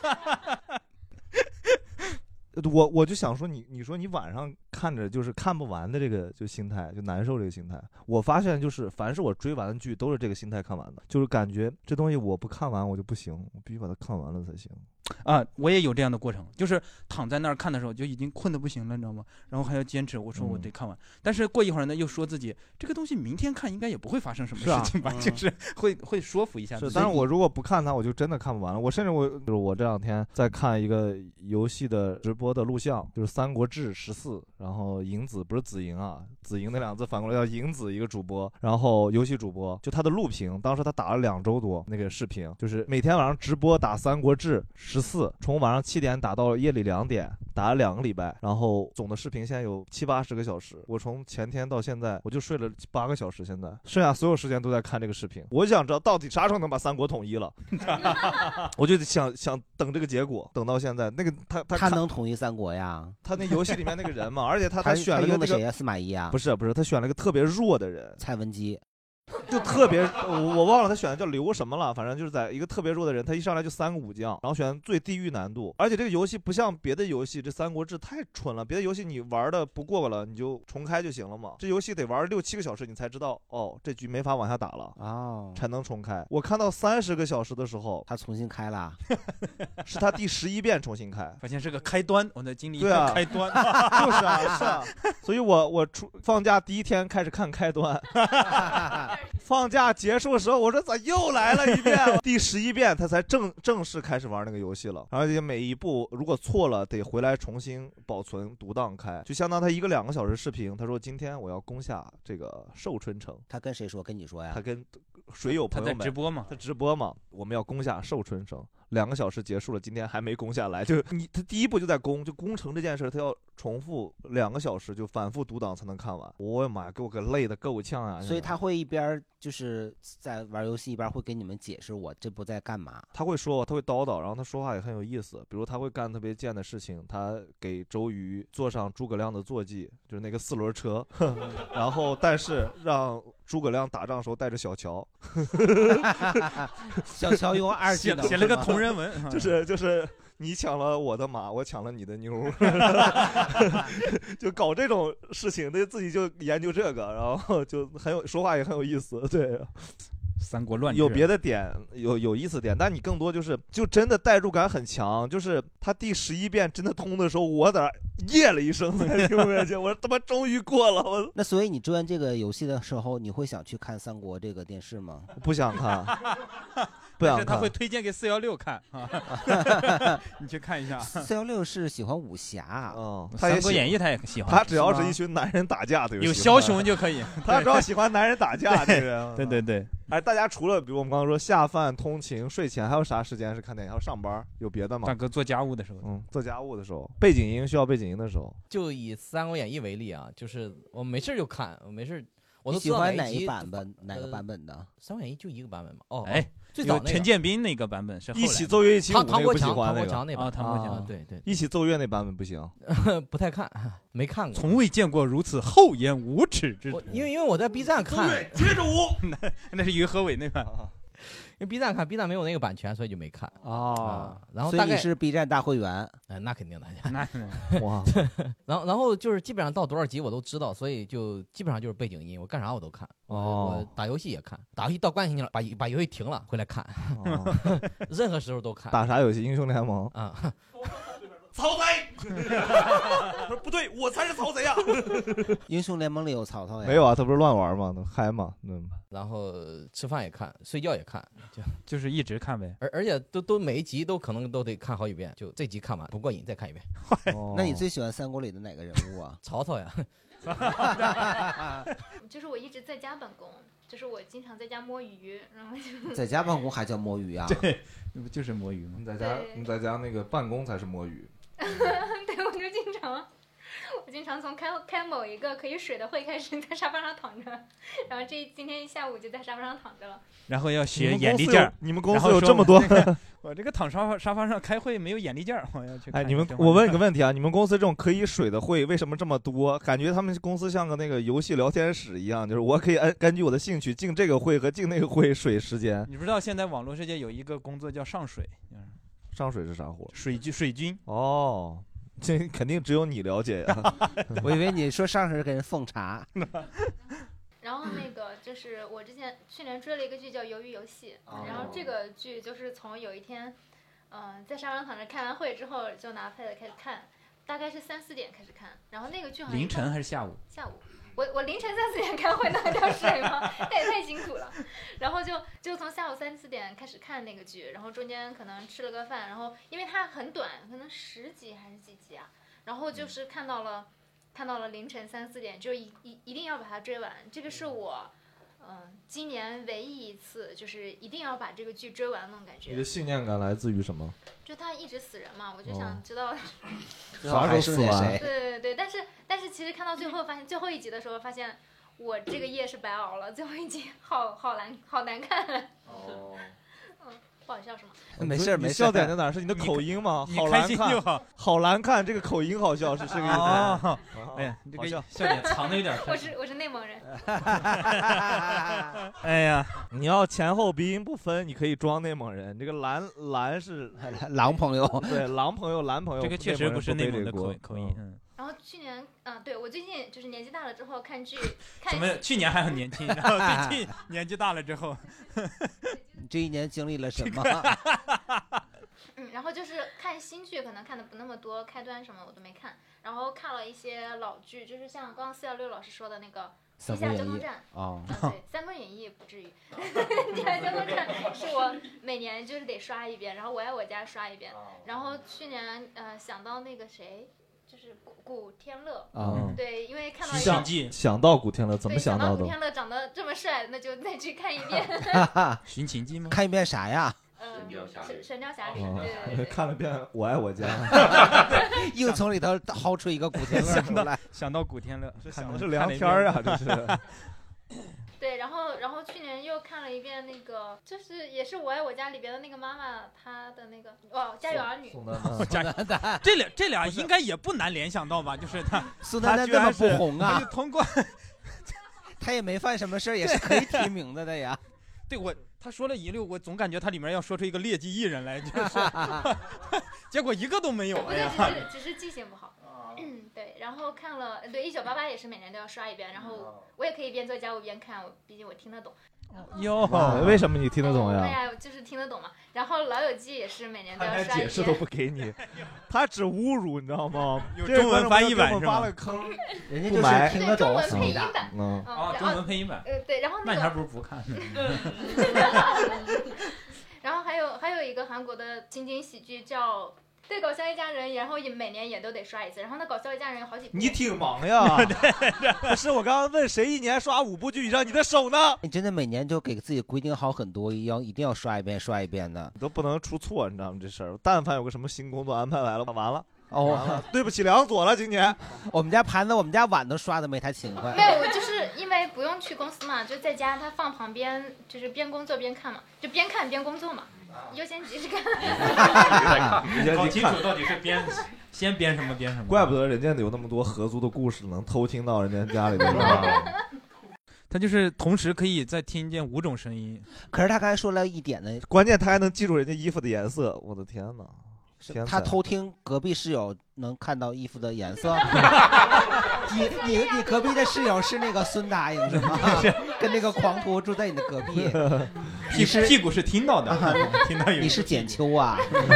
我就想说你说你晚上看着就是看不完的这个就心态，就难受这个心态。我发现就是凡是我追完的剧都是这个心态看完的，就是感觉这东西我不看完我就不行，我必须把它看完了才行。 我也有这样的过程，就是躺在那儿看的时候就已经困得不行了，你知道吗？然后还要坚持，我说我得看完，但是过一会儿呢又说自己这个东西明天看应该也不会发生什么事情吧，就是会说服一下自己。 但是我如果不看它，我就真的看不完了。我甚至就是我这2天在看一个游戏的直播的录像，就是《三国志14》，然后银子不是子莹啊，子莹那2字反过来叫银子，一个主播，然后游戏主播，就他的录屏，当时他打了2周多那个视频，就是每天晚上直播打《三国志14》，从晚上7点打到夜里2点，打了2个礼拜，然后总的视频现在有70-80个小时。我从前天到现在，我就睡了8个小时，现在剩下所有时间都在看这个视频。我想知道到底啥时候能把三国统一了，我就想等这个结果，等到现在那个他能统一三国呀？ 他那游戏里面那个人嘛，而且他选了用的谁呀？司马懿啊？ 不是，他选了一个特别弱的人， 蔡文姬。 就特别，我忘了他选的叫刘什么了，反正就是在一个特别弱的人，他一上来就3个武将，然后选最地狱难度，而且这个游戏不像别的游戏，这三国志太蠢了，别的游戏你玩的不过了你就重开就行了嘛，这游戏得玩6-7个小时你才知道哦这局没法往下打了才能重开。我看到30个小时的时候， 他重新开了， 是他第11遍重新开， 发现是个开端，我的经历对啊， 开端， 就是啊，是啊，所以我放假第1天开始看开端，放假结束的时候，我说咋又来了一遍？第11遍他才正式开始玩那个游戏了，而且每一步如果错了得回来重新保存读档开，就相当他1个2个小时视频。他说今天我要攻下这个寿春城， 他跟谁说？跟你说呀？ 他跟水友朋友们， 他在直播嘛？ 他直播嘛？我们要攻下寿春城。2个小时结束了，今天还没攻下来，就是他第一步就在攻，就攻城这件事，他要重复2个小时，就反复读档才能看完。我的妈呀，给我给累的够呛啊！ 所以他会一边就是在玩游戏，一边会给你们解释我这步在干嘛。 他会说，他会叨叨，然后他说话也很有意思。比如他会干特别贱的事情，他给周瑜坐上诸葛亮的坐骑，就是那个4轮车，然后但是让诸葛亮打仗的时候带着小乔， 小乔用2技能写了个同人文， 就是你抢了我的马，我抢了你的妞，就搞这种事情，他自己就研究这个，然后就说话也很有意思，对。 三国乱有别的点，有意思点，但你更多就真的代入感很强。就是他第11遍真的通的时候，我在那耶了一声，才听不见，我他妈终于过了。我那所以你追完这个游戏的时候，你会想去看三国这个电视吗？ 不想看。不想看， 他会推荐给416看啊，你去看一下。 416是喜欢武侠， 三国演义他也喜欢。 他只要是一群男人打架的， 有枭雄就可以。 他只要喜欢男人打架的人， 对。 哎，大家除了比如我们刚刚说下饭、通勤、睡前，还有啥时间是看电影？还有上班，有别的吗？ 大哥做家务的时候， 做家务的时候，背景音需要背景音的时候， 就以《三国演义》为例啊，就是我没事就看，我没事。我都喜欢哪个版本的？ 《三国演义》就一个版本嘛。哦， 哎， 最早陈建斌那个版本是一起奏乐175 唐国强那个唐国强对， 一起奏乐那版本不行， 不太看，没看过， 从未见过如此厚颜无耻之徒。 因为我在 B 站看， 接着舞， 那是于和伟那版。 因为 B 站看 B 站没有那个版权，所以就没看然后所以你是 B 站大会员， 那肯定的， 哇！ 然后就是基本上到多少集我都知道，所以就基本上就是背景音，我干啥我都看。我打游戏也看，打游戏到关系了，把游戏停了回来看，任何时候都看。 打啥游戏？英雄联盟啊。 曹贼！不对，我才是曹贼啊！ 英雄联盟里有曹操呀？ 没有啊，他不是乱玩吗？嗨嘛， 然后吃饭也看，睡觉也看， 就是一直看呗。 而且都每一集都可能都得看好几遍，就这集看完不过瘾再看一遍。 那你最喜欢三国里的哪个人物啊？ 曹操呀。 就是我一直在家办公，就是我经常在家摸鱼，然后就在家办公还叫摸鱼啊？ 对，那不就是摸鱼吗？ 你在家那个办公才是摸鱼。 对，我经常从开某一个可以水的会开始在沙发上躺着，然后今天下午就在沙发上躺着了。 然后要学眼力劲儿。 你们公司有这么多？ 我这个躺沙发上开会没有眼力劲儿，我要去。 哎，我问你个问题啊，你们公司这种可以水的会为什么这么多？感觉他们公司像个那个游戏聊天室一样，就是我可以根据我的兴趣进这个会和进那个会水时间。 你不知道现在网络世界有一个工作叫上水。 上水是啥活？ 水军。 哦。这肯定只有你了解呀！ 我以为你说上水给人奉茶。 然后那个就是我之前去年追了一个剧叫《鱿鱼游戏》，然后这个剧就是从有一天，在沙发上躺着开完会之后，就拿 pad 开始看，大概是3-4点开始看，然后那个剧好像凌晨还是下午？ 下午。我凌晨3-4点开会，那还叫水吗？那也太辛苦了。然后就从下午3-4点开始看那个剧，然后中间可能吃了个饭，然后因为它很短，可能10集还是几集啊，然后就是看到了凌晨3-4点，就一定要把它追完。这个是我今年唯一一次就是一定要把这个剧追完那种感觉。 你的信念感来自于什么？ 就他一直死人嘛，我就想知道啥时候死完？ 对，但是其实看到最后发现最后一集的时候，发现我这个夜是白熬了，最后一集好难看。 不好笑是吗？ 没事没事。 笑点在哪？是你的口音吗？好难看，好难看，这个口音好笑是这个意思。 哦，哎呀，这个笑点藏的有点深。 我是内蒙人。 哎呀， 你要前后鼻音不分，你可以装内蒙人。这个蓝是狼朋友， 对，狼朋友蓝朋友， 这个确实不是内蒙的口音。 然后去年对我最近就是年纪大了之后看剧， 什么？去年还很年轻，然后最近年纪大了之后， 你这一年经历了什么？ 然后就是看新剧，可能看的不那么多，开端什么我都没看，然后看了一些老剧，就是像刚刚416老师说的那个《地下交通站》对，《三国演义》不至于，《地下交通站》是我每年就是得刷一遍，然后《我爱我家》刷一遍，然后去年想到那个谁。就是古天乐对，因为看到想到古天乐，怎么想到的？ 古天乐长得这么帅，那就再去看一遍。 寻秦记吗？ 看一遍啥呀？ 神雕侠侣， 对，看了遍《我爱我家》， 硬从里头薅出一个古天乐出来， 想到古天乐， 想的是梁天啊，这是。 对，然后去年又看了一遍那个，就是也是《我爱我家》里边的那个妈妈，她的那个《家有儿女》。 这俩应该也不难联想到吧？就是苏丹丹这么不红啊， 通过他也没犯什么事儿，也是可以提名的呀。 对他说了一溜，我总感觉他里面要说出一个劣迹艺人来，就是结果一个都没有。 不对，只是记性不好。对，然后看了，对，1988也是每年都要刷一遍，然后我也可以边做家务边看，毕竟我听得懂。 哟，为什么你听得懂呀？ 对呀，就是听得懂嘛。然后《老友记》也是每年都要刷一遍。 解释都不给你，他只侮辱，你知道吗？ 有中文翻译版是吧？ 人家就是听得懂。 中文配音版。 中文配音版。 对，然后那你还不如不看呢。 然后还有一个韩国的情景喜剧叫。对，搞笑一家人，然后也每年也都得刷一次，然后那搞笑一家人有好几部。 你挺忙呀！不是，我刚刚问谁一年刷5部剧以上，你的手呢？ 你真的每年就给自己规定好很多，一定要刷一遍的， 你都不能出错，你知道吗？这事儿，但凡有个什么新工作安排来了，完了。 哦， 对不起梁左了，今年我们家盘子、我们家碗都刷的没他勤快。 没有，我就是因为不用去公司嘛，就在家，他放旁边，就是边工作边看嘛，就边看边工作嘛。优先级是看， 搞清楚到底是先编什么编什么。 怪不得人家有那么多合租的故事，能偷听到人家家里的。 他就是同时可以再听见5种声音。 可是他刚才说了一点呢， 关键他还能记住人家衣服的颜色。我的天哪！ 他偷听隔壁室友能看到衣服的颜色。你隔壁的室友是那个孙答应是吗？跟那个狂徒住在你的隔壁。 屁股是听到的，听到有。 你是简秋啊？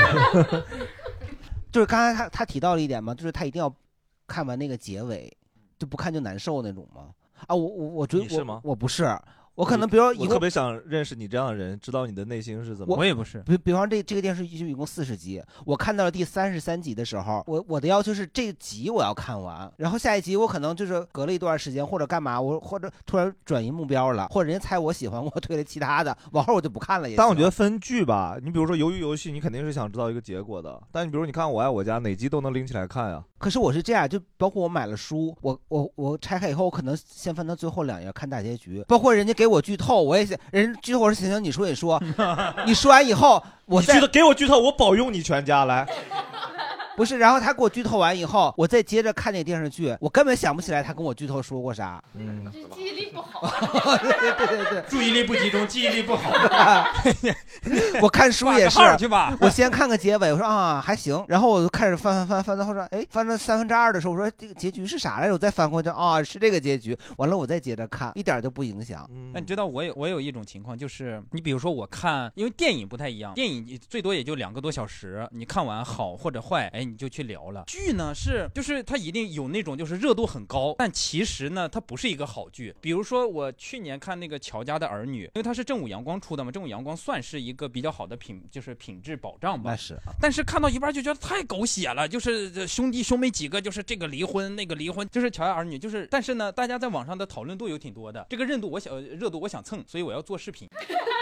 就是刚才他提到了一点嘛，就是他一定要看完那个结尾，就不看就难受那种吗？啊，我觉得你是吗？ 我不是。我可能比如说我特别想认识你这样的人，知道你的内心是怎么。 我也不是。 比方这个电视剧一共40集，我看到了第33集的时候，我的要求是这集我要看完，然后下一集我可能就是隔了一段时间或者干嘛，我或者突然转移目标了，或者人家猜我喜欢我推了其他的，往后我就不看了也。 但我觉得分剧吧，你比如说鱿鱼游戏，你肯定是想知道一个结果的，但你比如你看我爱我家，哪集都能拎起来看呀。 可是我是这样，就包括我买了书，我拆开以后，我可能先翻到最后2页看大结局，包括人家给我剧透，我也人剧透我是行，你说，你说完以后，我再给我剧透，我保佑你全家来。 不是，然后他给我剧透完以后，我再接着看那电视剧，我根本想不起来他跟我剧透说过啥。 记忆力不好。 对， 注意力不集中，记忆力不好。 我看书也是， 去吧。 我先看个结尾，我说啊还行，然后我就开始翻到后说，哎，翻到2/3的时候，我说这个结局是啥来着？我再翻过去啊，是这个结局。完了我再接着看，一点就不影响。 那你知道我有一种情况，就是你比如说我看，因为电影不太一样，电影最多也就2个多小时，你看完好或者坏，哎。你就去聊了。剧呢就是它一定有那种就是热度很高，但其实呢它不是一个好剧。比如说我去年看那个乔家的儿女，因为它是正午阳光出的嘛，正午阳光算是一个比较好的品质保障吧。 那是。 但是看到一半就觉得太狗血了，就是兄弟兄妹几个就是这个离婚那个离婚，就是乔家儿女就是，但是呢大家在网上的讨论度有挺多的，这个热度我想蹭，所以我要做视频。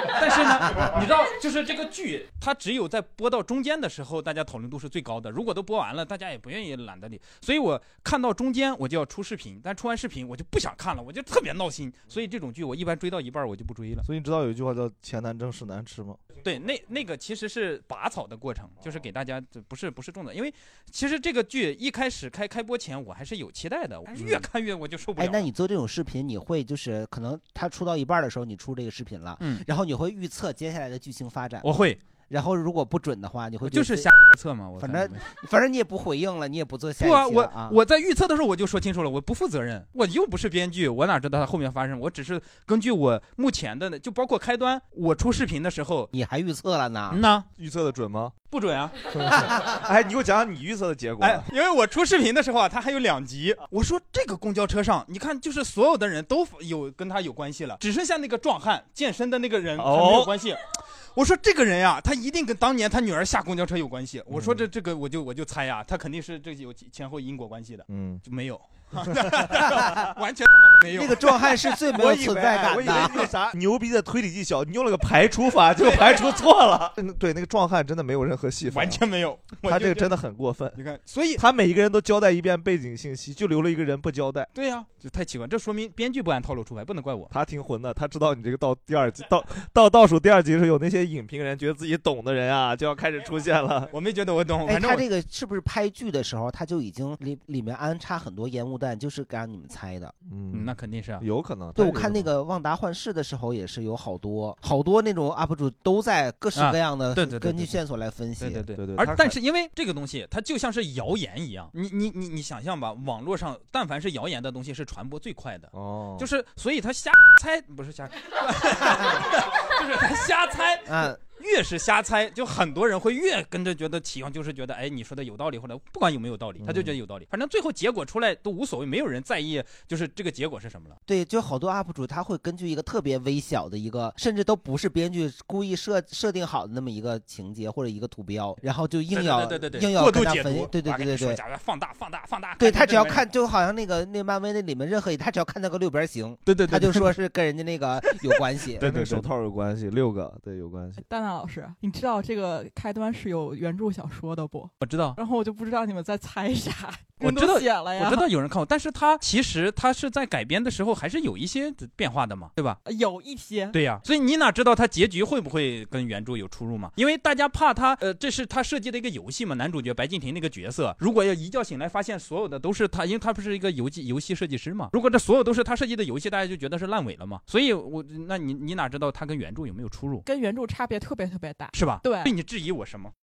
但是呢，你知道，就是这个剧，它只有在播到中间的时候，大家讨论度是最高的。如果都播完了，大家也不愿意懒得理。所以我看到中间我就要出视频，但出完视频我就不想看了，我就特别闹心。所以这种剧我一般追到一半我就不追了。 所以你知道有一句话叫钱难挣事难吃吗？ 对，那个其实是拔草的过程，就是给大家不是重的，因为其实这个剧一开始开播前我还是有期待的，我越看越我就受不了。 那你做这种视频，你会就是可能他出到一半的时候，你出这个视频了，然后你会预测接下来的剧情发展？ 我会。 然后如果不准的话，你会就是瞎预测嘛。 反正你也不回应了，你也不做下一期了啊。 我在预测的时候我就说清楚了，我不负责任，我又不是编剧，我哪知道它后面发生？我只是根据我目前的，就包括开端，我出视频的时候， 你还预测了呢？ 预测的准吗？ 不准啊！ 哎，你给我讲讲你预测的结果。 因为我出视频的时候啊，它还有2集。我说这个公交车上，你看，就是所有的人都有跟他有关系了，只剩下那个壮汉健身的那个人他没有关系。我说这个人呀，他一定跟当年他女儿下公交车有关系。我说这个我就猜呀，他肯定是这有前后因果关系的。就没有。完全没有。 那个壮汉是最没有存在感的。 我以为那个啥牛逼的推理技巧，你用了个排除法，结果排除错了。对，那个壮汉真的没有任何戏份， 完全没有。 他这个真的很过分。 你看，所以他每一个人都交代一遍背景信息，就留了一个人不交代。 对呀，就太奇怪，这说明编剧不按套路出牌，不能怪我。 他挺混的，他知道你这个到第2集到倒数第2集的时候，有那些影评人觉得自己懂的人啊，就要开始出现了。 我没觉得我懂。 他这个是不是拍剧的时候他就已经里面安插很多烟雾弹，就是让你们猜的？ 那肯定是有可能。 对，我看那个旺达幻视的时候也是有好多那种 UP 主都在各式各样的根据线索来分析。 对。 但是因为这个东西它就像是谣言一样，你想象吧，网络上但凡是谣言的东西是传播最快的。就是所以他瞎猜不是瞎，就是他瞎猜。越是瞎猜，就很多人会越跟着觉得起哄，就是觉得哎，你说的有道理，或者不管有没有道理，他就觉得有道理。反正最后结果出来都无所谓，没有人在意，就是这个结果是什么了。 对，就好多 UP 主他会根据一个特别微小的一个，甚至都不是编剧故意设定好的那么一个情节或者一个图标，然后就硬要过度解读。对， 放大。 对，他只要看，就好像那漫威那里面任何他只要看那个6边形， 对， 他就说是跟人家那个有关系， 对，手套有关系，6个对有关系。 蛋蛋老师，你知道这个开端是有原著小说的不？ 我知道。 然后我就不知道你们在猜啥。 我知道写了呀， 我知道有人看过，但是他其实他是在改编的时候还是有一些变化的嘛，对吧？ 有一些。 对呀，所以你哪知道他结局会不会跟原著有出入嘛？因为大家怕他这是他设计的一个游戏嘛，男主角白敬亭那个角色，如果要一觉醒来发现所有的都是他，因为他不是一个游戏设计师嘛，如果这所有都是他设计的游戏，大家就觉得是烂尾了嘛。所以那你哪知道他跟原著有没有出入？ 跟原著差别特别特别大， 是吧？ 对。 对你质疑我什么？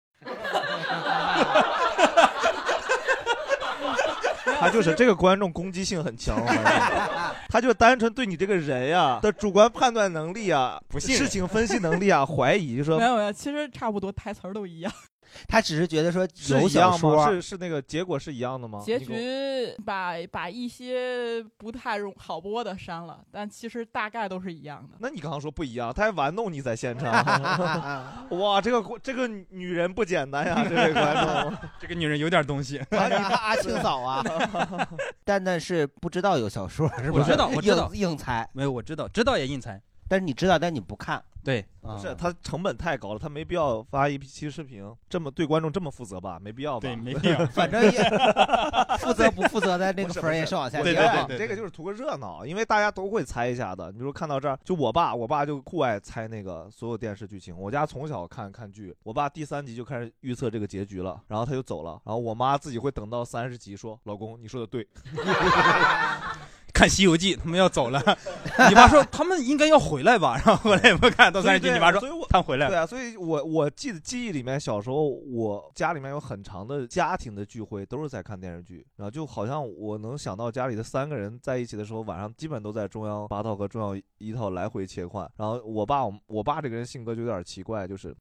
他就是这个观众攻击性很强，他就单纯对你这个人呀的主观判断能力啊、事情分析能力啊怀疑，就说没有，其实差不多，台词都一样。 他只是觉得说有小说是那个结果是一样的吗？ 结局把一些不太好播的删了，但其实大概都是一样的。 那你刚刚说不一样，他还玩弄你在现场。哇，这个女人不简单呀，这位观众， 这个女人有点东西。 你怕阿青嫂啊？但是不知道有小说是吧？ 我知道， 硬猜。 没有，我知道也硬猜。 但是你知道，但你不看。 对， 不是他成本太高了，他没必要发一期视频，这么对观众这么负责吧？没必要吧？ 对，没必要。 反正也负责不负责的那个分也是往下跌。对，这个就是图个热闹，因为大家都会猜一下的。你比如看到这儿，就我爸就酷爱猜那个所有电视剧情。我家从小看剧，我爸第3集就开始预测这个结局了，然后他就走了，然后我妈自己会等到30集说：“老公，你说的对。” 看《西游记》，他们要走了。你妈说他们应该要回来吧，然后后来也不看到30集。你妈说他们回来了。 对啊，所以我记忆里面，小时候我家里面有很长的家庭的聚会，都是在看电视剧。然后就好像我能想到家里的3个人在一起的时候，晚上基本都在中央8套和中央1套来回切换。然后我爸这个人性格就有点奇怪，就是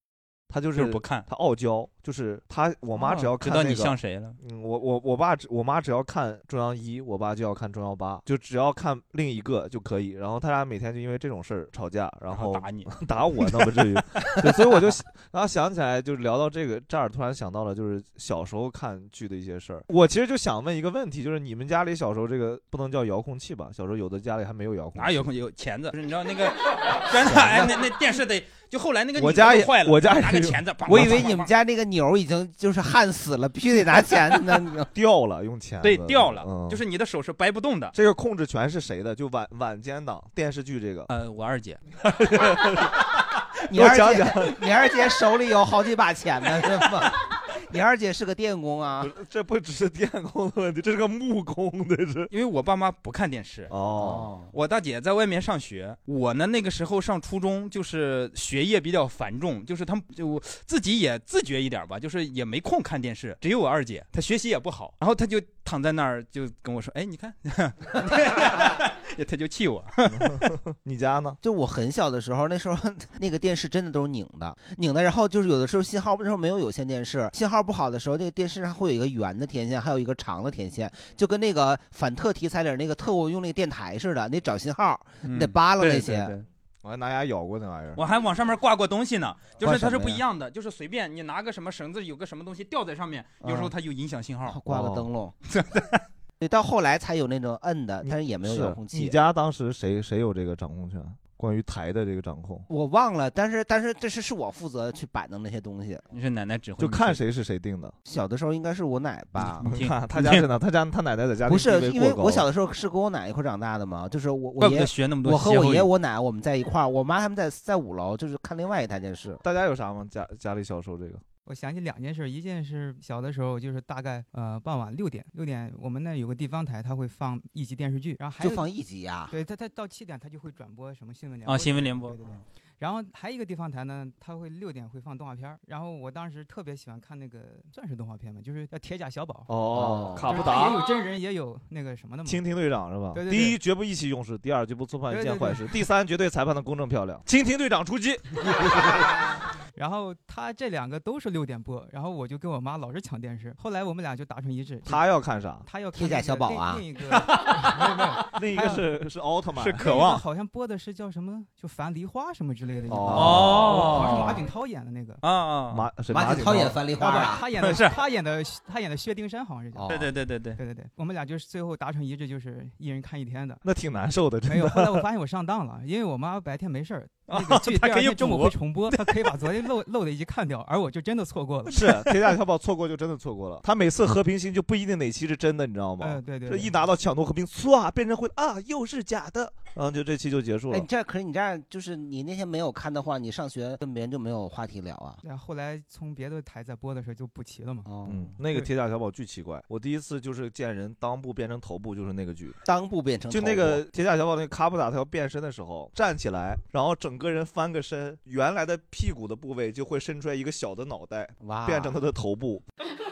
他就是不看， 他傲娇，就是我妈只要看那个， 知道你像谁了。 我妈只要看中央1，我爸就要看中央8，就只要看另一个就可以。然后他俩每天就因为这种事儿吵架，然后打你， 打我那不至于。对，所以我就然后想起来，就聊到这儿，突然想到了就是小时候看剧的一些事儿。我其实就想问一个问题，就是你们家里小时候这个不能叫遥控器吧？小时候有的家里还没有遥控器， 哪有钳子？就是你知道那个真的哎，那电视得就后来那个我家也坏了， 我家也拿个钳子， 我以为你们家那个钮已经就是焊死了，必须得拿钳子呢。 掉了，用钳子对掉了，就是你的手是掰不动的。 这个控制权是谁的？就晚间档电视剧这个。 我二姐。 你二姐手里有好几把钳子是吗？你二姐是个电工啊？ 这不只是电工的问题，这是个木工的是。 因为我爸妈不看电视哦， 我大姐在外面上学，我呢那个时候上初中，就是学业比较繁重，就是他们就自己也自觉一点吧，就是也没空看电视。只有我二姐，她学习也不好，然后她就躺在那儿就跟我说：“哎，你看。”他就气我。 你家呢？ 就我很小的时候，那时候那个电视真的都是拧的，然后就是有的时候信号那时候没有有线电视，信号不好的时候，这个电视上会有一个圆的天线，还有一个长的天线，就跟那个反特题材里那个特务用那个电台似的，你找信号，你得扒拉那些。 对对， 我还拿牙咬过那玩意儿， 我还往上面挂过东西呢，就是它是不一样的，就是随便你拿个什么绳子，有个什么东西吊在上面，有时候它有影响信号， 挂个灯笼。对，到后来才有那种摁的，但是也没有遥控器。 你家当时谁有这个掌控权？关于台的这个掌控， 我忘了，但是这是我负责去摆弄那些东西。 你是奶奶指挥， 就看谁是谁定的。 小的时候应该是我奶吧？ 你看他家是呢，他奶奶在家里不是，因为我小的时候是跟我奶一块长大的嘛，就是我爷学那么多， 我和我爷我奶我们在一块儿，我妈他们在5楼，就是看另外一台电视。 大家有啥吗？家里小时候这个。 我想起2件事，一件是小的时候，就是大概傍晚6点，我们那有个地方台，它会放1集电视剧，然后还就放1集呀。 对，它到7点，它就会转播什么新闻联播新闻联播。 对。然后还有一个地方台呢，它会6点会放动画片，然后我当时特别喜欢看那个算是动画片嘛，就是叫《铁甲小宝》。 哦，卡布达也有真人，也有那个什么的嘛。 蜻蜓队长是吧？ 对。 第1绝不意气用事，第2绝不触犯一件坏事，第3绝对裁判的公正漂亮。蜻蜓队长出击。 然后他这2个都是6点播，然后我就跟我妈老是抢电视。后来我们俩就达成一致， 他要看啥？ 他要看铁甲小宝啊。 另一个没有，另一个是奥特曼， 是渴望。 好像播的是叫什么，就樊梨花什么之类的。 哦， 好像是马景涛演的那个啊。 马景涛演樊梨花啊？ 他演的薛丁山好像是叫。 对。 我们俩就是最后达成一致，就是一人看1天的。 那挺难受的。 没有，后来我发现我上当了，因为我妈白天没事儿。那个剧第2天中午会重播，他可以把昨天漏的一集看掉，而我就真的错过了。 是铁甲小宝错过就真的错过了。他每次和平星就不一定哪期是真的，你知道吗？ 对。 这一拿到抢夺和平，唰变成会又是假的，然后就这期就结束了。 可是你这样就是你那天没有看的话，你上学跟别人就没有话题聊啊。 然后后来从别的台在播的时候就补齐了嘛。 那个铁甲小宝巨奇怪，我第一次就是见人裆部变成头部，就是那个剧。 裆部变成头部， 就那个铁甲小宝那个卡布达，他要变身的时候站起来，然后整个人翻个身。原来的屁股的部位就会伸出来一个小的脑袋，变成他的头部，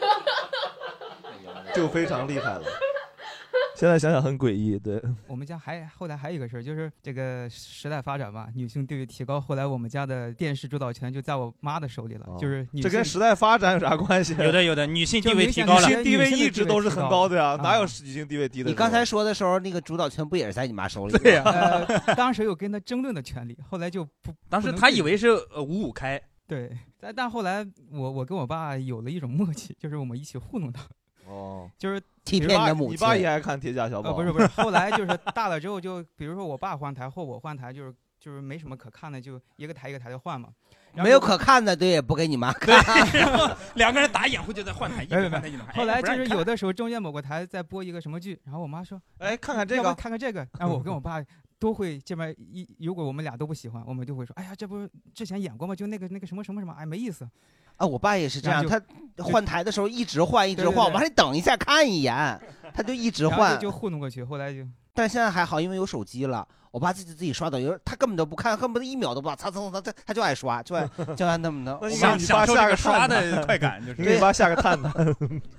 就非常厉害了。现在想想很诡异。对， 我们家后来还有一个事儿，就是这个时代发展嘛，女性地位提高，后来我们家的电视主导权就在我妈的手里了。就是这跟时代发展有啥关系？ 有的，女性地位提高了， 女性地位一直都是很高的呀，哪有女性地位低的？ 你刚才说的时候，那个主导权不也是在你妈手里？ 对呀， 当时有跟她争论的权利，后来就不。 当时她以为是5-5开。 对，但后来我跟我爸有了一种默契，就是我们一起糊弄他。就是欺骗你的母亲。 你爸也爱看铁甲小宝？ 不是，后来就是大了之后，就比如说我爸换台或我换台，就是没什么可看的，就一个台的换嘛。 没有可看的，对，也不给你妈看。 2个人打掩护就在换台， 后来就是有的时候中间某个台在播一个什么剧，然后我妈说：“ 哎，看看这个， 看看这个。”然后我跟我爸都会这边如果我们俩都不喜欢，我们就会说：“哎呀，这不是之前演过吗？就那个什么什么，哎，没意思。” 啊，我爸也是这样，他换台的时候一直换，我妈说你等一下看一眼，他就一直换， 就糊弄过去。后来就， 但现在还好，因为有手机了，我爸自己刷抖音，他根本都不看，恨不得1秒都不擦，他就爱刷，就爱那么的。 你爸下个刷的快感，就是你爸下个探探。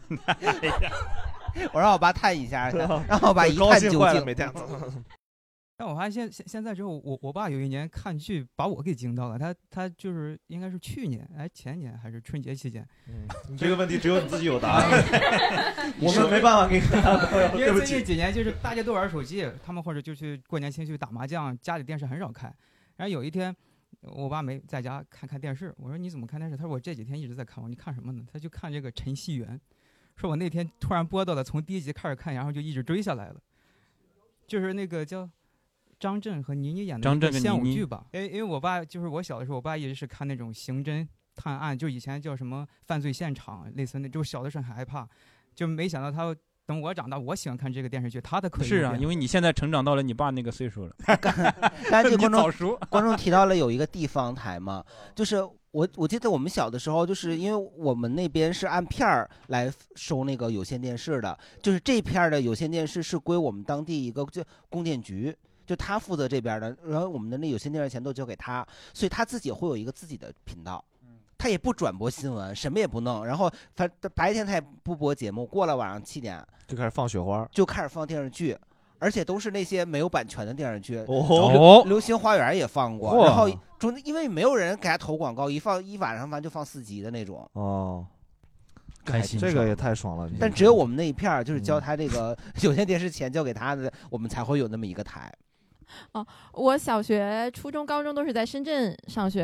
我让我爸探一下，让我爸一探究竟， 每天。 但我发现现在之后，我爸有一年看剧把我给惊到了。他就是应该是去年前年还是春节期间。 你这个问题只有你自己有答案，我们没办法给你答案。 因为最近几年就是大家都玩手机，他们或者就去过年前去打麻将，家里电视很少开。然后有一天，我爸没在家看电视，我说你怎么看电视？他说我这几天一直在看。我说你看什么呢？他就看这个陈希元，说我那天突然播到了，从第一集开始看，然后就一直追下来了，就是那个叫张震和倪妮演的一个仙武剧吧。因为我爸就是我小的时候，我爸一直是看那种刑侦探案，就以前叫什么犯罪现场，类似那，就小的时候很害怕，就没想到他等我长大，我喜欢看这个电视剧，他的可是啊，因为你现在成长到了你爸那个岁数了。 刚才这你早熟。 观众提到了有一个地方台嘛，就是我记得我们小的时候，就是因为我们那边是按片儿来收那个有线电视的，就是这片儿的有线电视是归我们当地一个叫供电局。就他负责这边的，然后我们的那有线电视钱都交给他，所以他自己会有一个自己的频道，他也不转播新闻，什么也不弄，然后他白天他也不播节目，过了晚上7点就开始放雪花， 就开始放电视剧，而且都是那些没有版权的电视剧。流星花园也放过，然后因为没有人给他投广告，一晚上完就放4集的那种。 哦。 开心， 这个也太爽了。 但只有我们那一片就是交他这个有线电视钱交给他的，我们才会有那么一个台。 哦，我小学、初中、高中都是在深圳上学。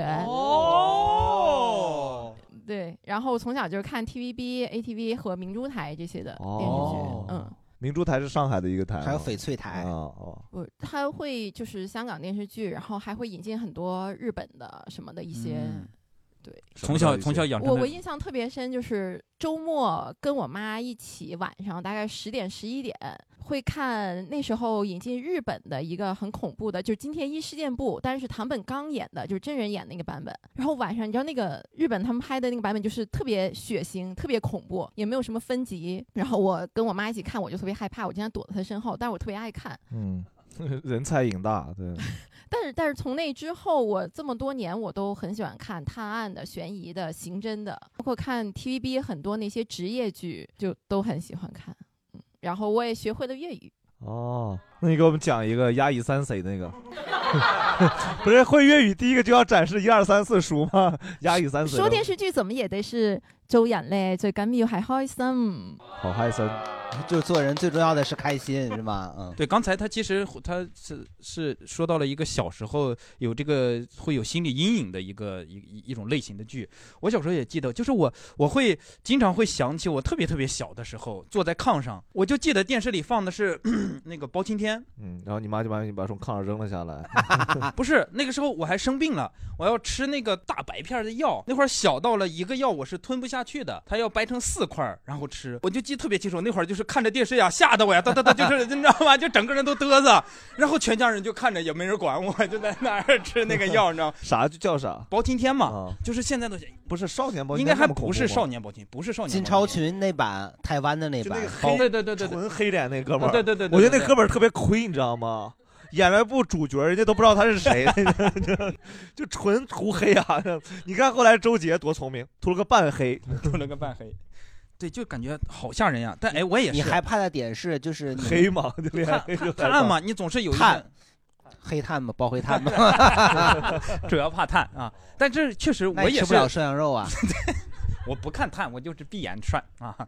哦， 对，然后从小就是看 TVB、ATV 和明珠台这些的电视剧。 明珠台是上海的一个台， 还有翡翠台。 它会就是香港电视剧，然后还会引进很多日本的什么的一些。对， 从小养成。 我印象特别深，就是周末跟我妈一起，晚上大概10点11点会看那时候引进日本的一个很恐怖的，就是金田一事件簿，但是堂本刚演的，就是真人演那个版本。然后晚上你知道那个日本他们拍的那个版本就是特别血腥、特别恐怖，也没有什么分级。然后我跟我妈一起看，我就特别害怕，我经常躲在她身后，但是我特别爱看。 人才瘾大，对。 但是从那之后，我这么多年我都很喜欢看探案的、悬疑的、刑侦的，包括看 TVB 很多那些职业剧，就都很喜欢看。然后我也学会了粤语。 哦，那你给我们讲一个压抑3岁那个，不是会粤语第一个就要展示1、2、3、4数吗？压抑3岁。 说电视剧怎么也得是做人咧，最緊要係開心。 好開心。 就做人最重要的是开心，是吗？ 对，刚才他其实他是说到了一个小时候有这个会有心理阴影的一种类型的剧。我小时候也记得，就是我会经常会想起我特别特别小的时候，坐在炕上，我就记得电视里放的是那个包青天， 然后你妈就把你从炕上扔了下来。 不是，那个时候我还生病了，我要吃那个大白片的药，那会儿小到了一个药我是吞不下去的，他要掰成4块然后吃，我就记得特别清楚，那会儿就是看着电视呀，吓得我呀，就是你知道吗？就整个人都嘚瑟，然后全家人就看着也没人管我，就在那儿吃那个药，你知道啥就叫啥？ 包青天嘛，就是现在的不是少年包青天，应该还不是少年包青天，不是少年。 金超群那版，台湾的那版， 对， 纯黑脸那哥们儿， 对， 我觉得那哥们儿特别亏，你知道吗？演了部主角，人家都不知道他是谁，就纯涂黑啊！你看后来周杰多聪明，涂了个半黑， 对，就感觉好吓人呀！但我也是。 你害怕的点是就是黑嘛， 探案嘛，你总是有一探黑炭嘛，包黑炭嘛， 主要怕炭啊。但这确实我也是吃不了涮羊肉啊。 我不看炭，我就是闭眼涮啊。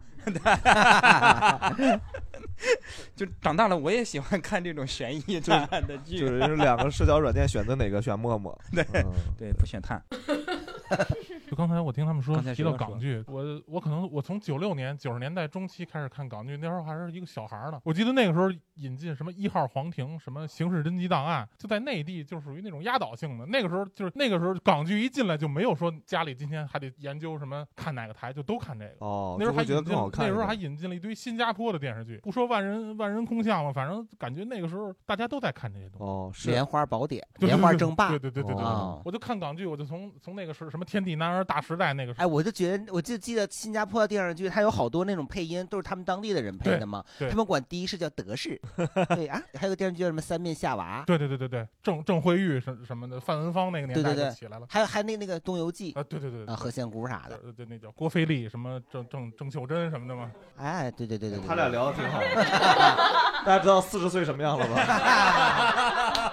就长大了，我也喜欢看这种悬疑探案的剧。 就是2个社交软件选择哪个？选陌陌。 对，不选炭。 就刚才我听他们说提到港剧，我可能我从96年90年代中期开始看港剧，那时候还是一个小孩呢。我记得那个时候引进什么1号皇庭，什么刑事侦缉档案，就在内地就属于那种压倒性的。那个时候港剧一进来就没有说家里今天还得研究什么看哪个台，就都看这个。 那时候还引进，那时候还引进了一堆新加坡的电视剧，不说万人空巷嘛，反正感觉那个时候大家都在看这些东西。莲花宝典、莲花争霸， 对，我就看港剧，我就从那个是什么天地男儿大时代那个时候， 我就记得新加坡的电视剧，它有好多那种配音都是他们当地的人配的嘛，他们管第一是叫德式，对啊，还有个电视剧叫什么三面夏娃， 对，郑慧玉什么的，范文芳那个年代就起来了， 还有那个东游记啊，对何仙姑啥的， 对，那叫郭菲丽什么郑秀珍什么的嘛， 对， 他俩聊的挺好的，大家知道40岁什么样了吧？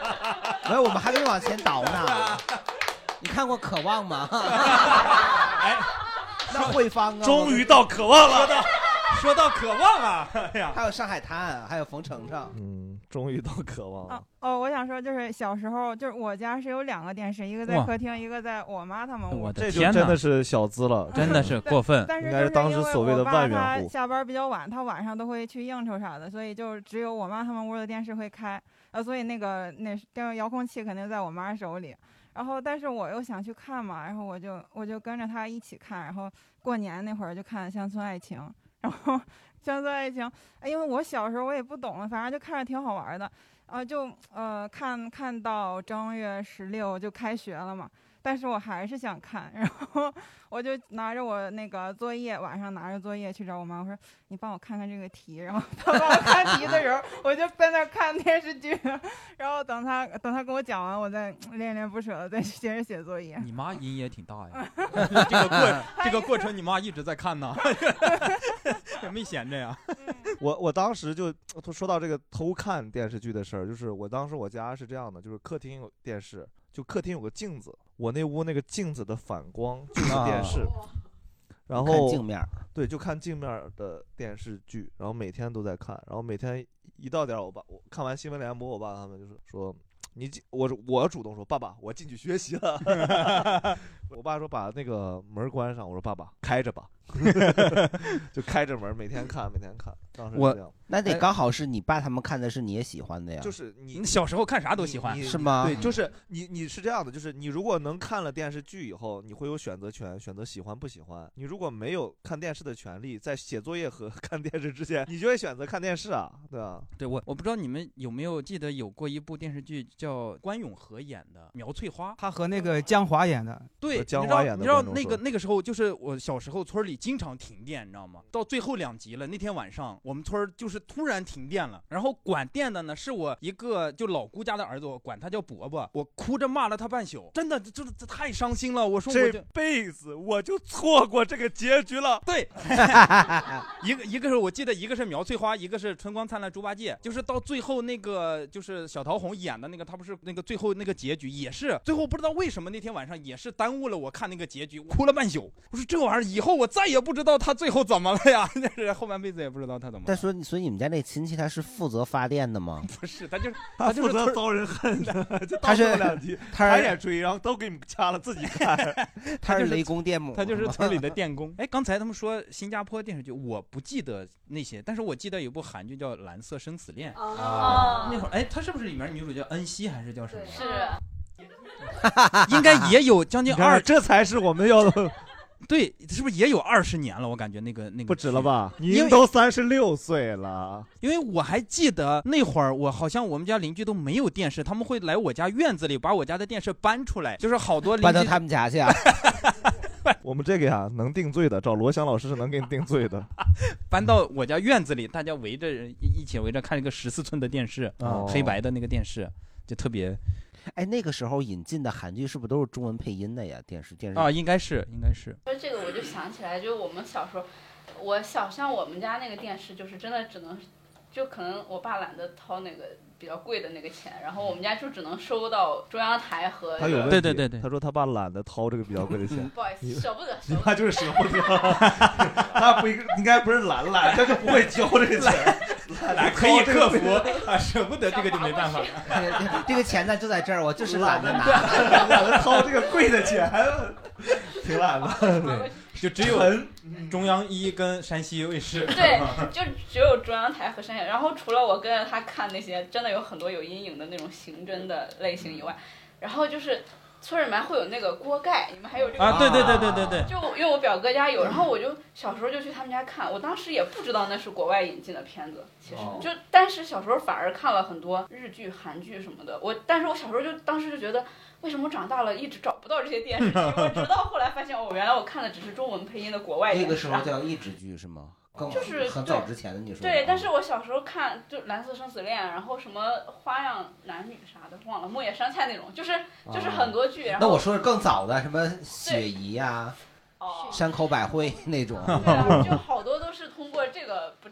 没有，我们还没往前倒呢。你看过《渴望》吗？ 哎， 那慧芳啊， 终于到渴望了。 说到渴望啊，哎呀， 还有上海滩，还有冯程程， 终于到渴望了。 我想说，就是小时候，就是我家是有2个电视，一个在客厅，一个在我妈他们屋。 这就真的是小资了， 真的是过分。 但是应该是当时所谓的万元户。 他下班比较晚，他晚上都会去应酬啥的，所以就只有我妈他们屋的电视会开，所以那电视遥控器肯定在我妈手里。然后，但是我又想去看嘛，然后我就跟着他一起看，然后过年那会儿就看《乡村爱情》，然后《乡村爱情》，因为我小时候我也不懂了，反正就看着挺好玩的，看到正月16就开学了嘛，但是我还是想看，然后我就拿着我那个作业，晚上拿着作业去找我妈，我说你帮我看看这个题，然后她帮我看题的时候，我就在那看电视剧，然后等她跟我讲完，我再恋恋不舍的再接着写作业。 你妈瘾也挺大呀，这个过程你妈一直在看呢，也没闲着呀。 我当时就说到这个偷看电视剧的事儿，就是当时我家是这样的，就是客厅有电视，就客厅有个镜子，我那屋那个镜子的反光就是电视，然后看镜面， 对，就看镜面的电视剧，然后每天都在看，然后每天一到点我看完新闻联播，我爸他们就是说我主动说爸爸我进去学习了，我爸说把那个门关上，我说爸爸开着吧，就开着门每天看，当时是这样。 那得刚好是你爸他们看的是你也喜欢的呀， 就是你小时候看啥都喜欢是吗？ 对，就是你是这样的，就是你如果能看了电视剧以后，你会有选择权，选择喜欢不喜欢。你如果没有看电视的权利，在写作业和看电视之间，你就会选择看电视啊，对吧？ 对，我不知道你们有没有记得有过一部电视剧叫关咏荷演的《苗翠花》， 他和那个江华演的。 对， 江华演的。 你知道那个时候就是我小时候村里经常停电，你知道吗？到最后2集了，那天晚上我们村就是突然停电了，然后管电的呢是我一个就老姑家的儿子，我管他叫伯伯，我哭着骂了他半宿，真的这太伤心了。我说这辈子我就错过这个结局了。 对，一个是我记得一个是苗翠花，一个是春光灿烂猪八戒，就是到最后那个就是小桃红演的那个，他不是那个最后那个结局也是最后不知道为什么那天晚上也是耽误了我看那个结局，我哭了半宿。我说这玩意儿以后我再也不知道他最后怎么了呀，那是后半辈子也不知道他怎么了。 但所以你们家那亲戚他是负责发电的吗？ 不是，他就是负责遭人恨的，就他是 2集，他也追，然后都给你们掐了，自己看。 他是雷公电母， 他就是村里的电工。哎，刚才他们说新加坡电视剧，我不记得那些，但是我记得有部韩剧叫《蓝色生死恋》 哦， 那会儿哎，他是不是里面女主叫恩熙还是叫什么？ 是。 应该也有将近这才是我们要的。 对，是不是也有20年了？我感觉那个不止了吧？您都36岁了。 因为我还记得那会儿，我好像我们家邻居都没有电视，他们会来我家院子里把我家的电视搬出来，就是好多邻居搬到他们家去啊。 我们这个呀，能定罪的，找罗翔老师是能给你定罪的。 搬到我家院子里，大家围着一起围着看一个14寸的电视，黑白的那个电视，就特别。 哎，那个时候引进的韩剧是不是都是中文配音的呀？电视啊，应该是。 说这个我就想起来，就我们小时候，像我们家那个电视，就是真的只能，就可能我爸懒得掏那个比较贵的那个钱，然后我们家就只能收到中央台和。 他有问题， 对， 他说他爸懒得掏这个比较贵的钱。 不好意思，舍不得。 你爸就是舍不得，他不应该不是懒，他就不会交这个钱。 可以克服啊，舍不得这个就没办法。 这个钱呢就在这儿，我就是懒得拿， 懒得掏这个贵的钱，挺懒的。 对，就只有中央1跟山西卫视。 对，就只有中央台和山西。然后除了我跟着他看那些真的有很多有阴影的那种刑侦的类型以外，然后就是村里面会有那个锅盖，你们还有这个啊？对。 就因为我表哥家有，然后我就小时候就去他们家看，我当时也不知道那是国外引进的片子，其实但是小时候反而看了很多日剧、韩剧什么的。但是我小时候当时就觉得，为什么长大了一直找不到这些电视剧？我直到后来发现，原来我看的只是中文配音的国外电视。 那个时候叫译制剧是吗？ 就是很早之前的你说。 对，但是我小时候看就《蓝色生死恋》，然后什么花样男女啥的忘了，牧野山菜那种，就是很多剧。然后那我说是更早的，什么雪姨呀、山口百惠那种。 对啊，就好多都是通过这个不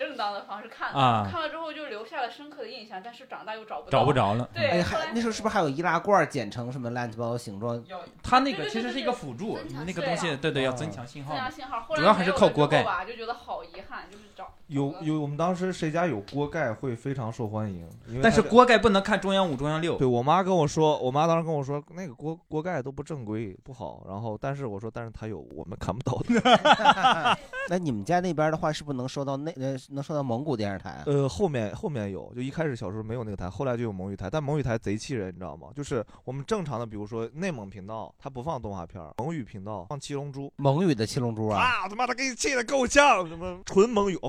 正当的方式看的，看了之后就留下了深刻的印象，但是长大又找不着了。对， 那时候是不是还有易拉罐剪成什么乱七八糟形状？ 它那个其实是一个辅助，那个东西对要增强信号， 主要还是靠锅盖吧，就觉得好遗憾，就是找有我们当时谁家有锅盖会非常受欢迎， 但是锅盖不能看中央5、中央6。 对我妈跟我说，我妈当时跟我说那个锅盖都不正规不好，然后但是我说但是它有我们看不到的。 那你们家那边的话，是不是能收到能收到蒙古电视台？ 后面有，就一开始小时候没有那个台，后来就有蒙语台，但蒙语台贼气人，你知道吗？就是我们正常的，比如说内蒙频道，它不放动画片，蒙语频道放七龙珠， 蒙语的七龙珠啊， 他妈的给你气得够呛，什么纯蒙语，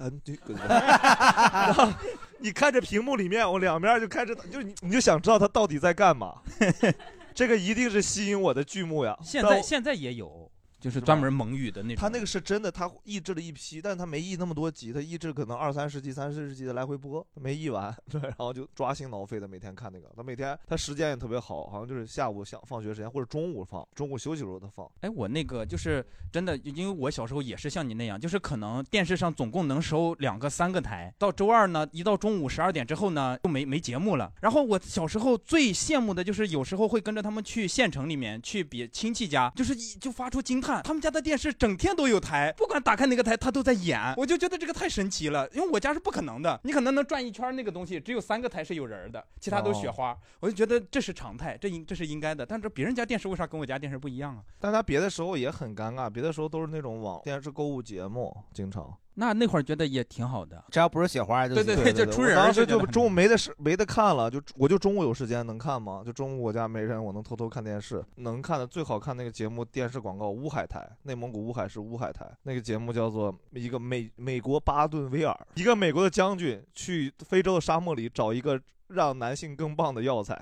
然后你看着屏幕里面，我两边就看着，就你就想知道他到底在干嘛，这个一定是吸引我的剧目呀。 现在也有。就是专门蒙语的那种， 他那个是真的，他译制了一批，但是他没译那么多集，他译制可能20、30集、30、40集的来回播，没译完，对，然后就抓心挠肺的每天看那个。他每天他时间也特别好，好像就是下午放学时间或者中午放，中午休息的时候他放。 哎，我那个就是真的，因为我小时候也是像你那样，就是可能电视上总共能收2个、3个台，到周二呢，一到中午12点之后呢，就没节目了。然后我小时候最羡慕的就是有时候会跟着他们去县城里面去别亲戚家，就发出惊叹。他们家的电视整天都有台，不管打开哪个台他都在演，我就觉得这个太神奇了，因为我家是不可能的，你可能能转一圈那个东西只有3个台是有人的，其他都雪花，我就觉得这是常态，这是应该的。但是别人家电视为啥跟我家电视不一样啊？ 但他别的时候也很尴尬，别的时候都是那种网电视购物节目，经常。 那会儿觉得也挺好的， 只要不是雪花就行。 对， 就出人。 当时就中午没得看了，我就中午有时间能看吗？就中午我家没人，我能偷偷看电视。能看的最好看那个节目，电视广告乌海台，内蒙古乌海是乌海台。那个节目叫做一个美国巴顿威尔，一个美国的将军去非洲的沙漠里找一个让男性更棒的药材，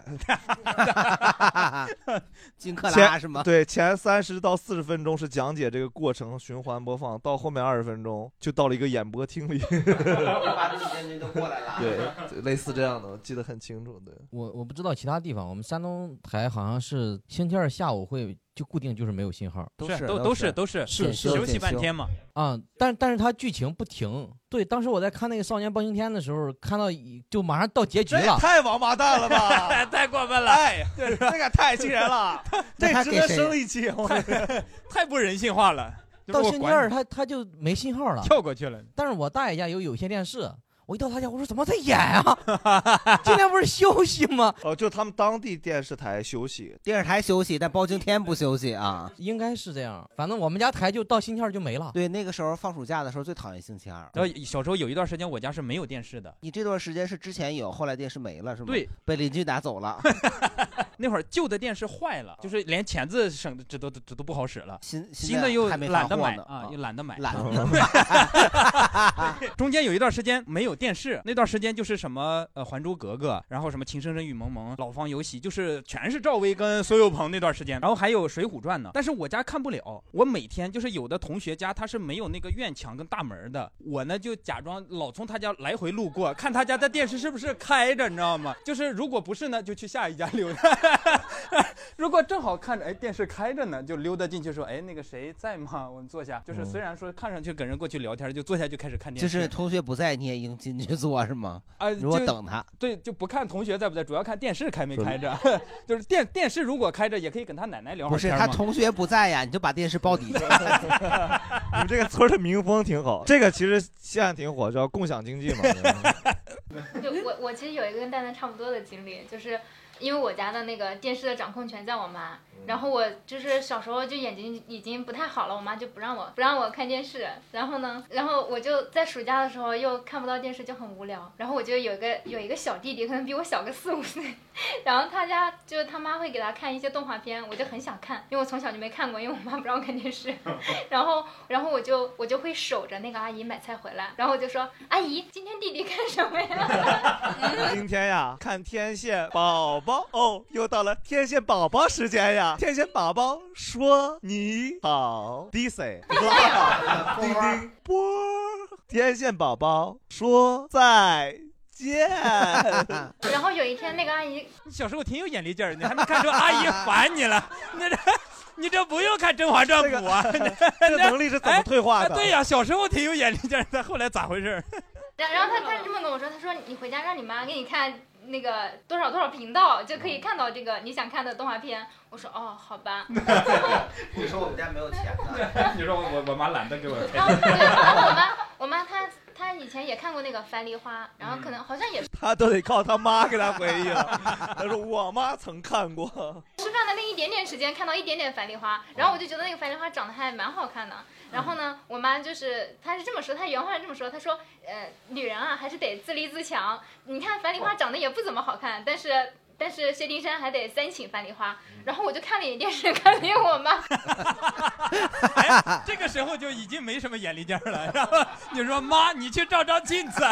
金克拉是吗？ 对，前30到40分钟是讲解这个过程，循环播放，到后面20分钟就到了一个演播厅里， 把这将军都过来了。 对，类似这样的，我记得很清楚。对， 我不知道其他地方，我们山东台好像是星期二下午会就固定就是没有信号， 都是休息半天嘛。 啊，但是它剧情不停。对，当时我在看那个《少年包青天》的时候，看到就马上到结局了， 太王八蛋了吧， 太过分了， 哎，这个太气人了，这值得生一期， 太不人性化了。 到星期二他就没信号了， 跳过去了。 但是我大爷家有线电视。我一到他家，我说怎么在演啊？今天不是休息吗？ 就他们当地电视台休息， 但包青天不休息啊， 应该是这样。反正我们家台就到星期二就没了。 对，那个时候放暑假的时候最讨厌星期二。 然后小时候有一段时间我家是没有电视的。 你这段时间是之前有，后来电视没了是吗？ 对， 被邻居拿走了。 那会儿旧的电视坏了，就是连钳子省这都不好使了。新的又懒得买啊，又懒得买。中间有一段时间没有电视，那段时间就是什么还珠格格，然后什么情深深雨蒙蒙，老方有喜，就是全是赵薇跟苏有朋那段时间，然后还有水浒传呢。但是我家看不了，我每天就是有的同学家他是没有那个院墙跟大门的，我呢就假装老从他家来回路过，看他家的电视是不是开着，你知道吗？就是如果不是呢，就去下一家溜达。如果正好看着哎电视开着呢，就溜达进去说哎那个谁在吗？我们坐下。就是虽然说看上去跟人过去聊天，就坐下就开始看电视。 就是同学不在你也应进去坐是吗？如果等他。 对，就不看同学在不在，主要看电视开没开着。就是电视如果开着，也可以跟他奶奶聊会儿天。 不是他同学不在呀，你就把电视包底下。 你们这个村的民风挺好，这个其实现在挺火，叫共享经济嘛。 就我其实有一个跟蛋蛋差不多的经历，就是因为我家的那个电视的掌控权在我妈，然后我就是小时候就眼睛已经不太好了，我妈就不让我看电视，然后我就在暑假的时候又看不到电视，就很无聊，然后我就有一个小弟弟，可能比我小个4、5岁，然后他家就他妈会给他看一些动画片，我就很想看，因为我从小就没看过，因为我妈不让我看电视，然后我就会守着那个阿姨买菜回来，然后我就说阿姨今天弟弟看什么呀？ 今天呀看天线宝宝哦，又到了天线宝宝时间呀，天线宝宝说你好 ，DC， 叮叮波，天线宝宝说再见。 然后有一天那个阿姨， 你小时候挺有眼力劲儿，你还没看出阿姨烦你了，那你这不用看《甄嬛传》补啊， 这个能力是怎么退化的？ 对呀，小时候挺有眼力劲儿的，后来咋回事？ 然后他这么跟我说，他说你回家让你妈给你看那个多少多少频道，就可以看到这个你想看的动画片。我说哦，好吧。 你说我们家没有钱呢？ 你说我妈懒得给我看。然后我妈她以前也看过那个《樊梨花》，然后可能好像也是。 他都得靠他妈给他回忆了。他说我妈曾看过。 吃饭的那一点点时间看到一点点樊梨花，然后我就觉得那个樊梨花长得还蛮好看的。然后呢，我妈她是这么说，她原话是这么说，她说女人啊还是得自立自强。你看樊梨花长得也不怎么好看，但是谢丁山还得3请樊梨花。然后我就看了一眼电视，看了我妈。 哎，这个时候就已经没什么眼力劲儿了。然后你说妈，你去照照镜子。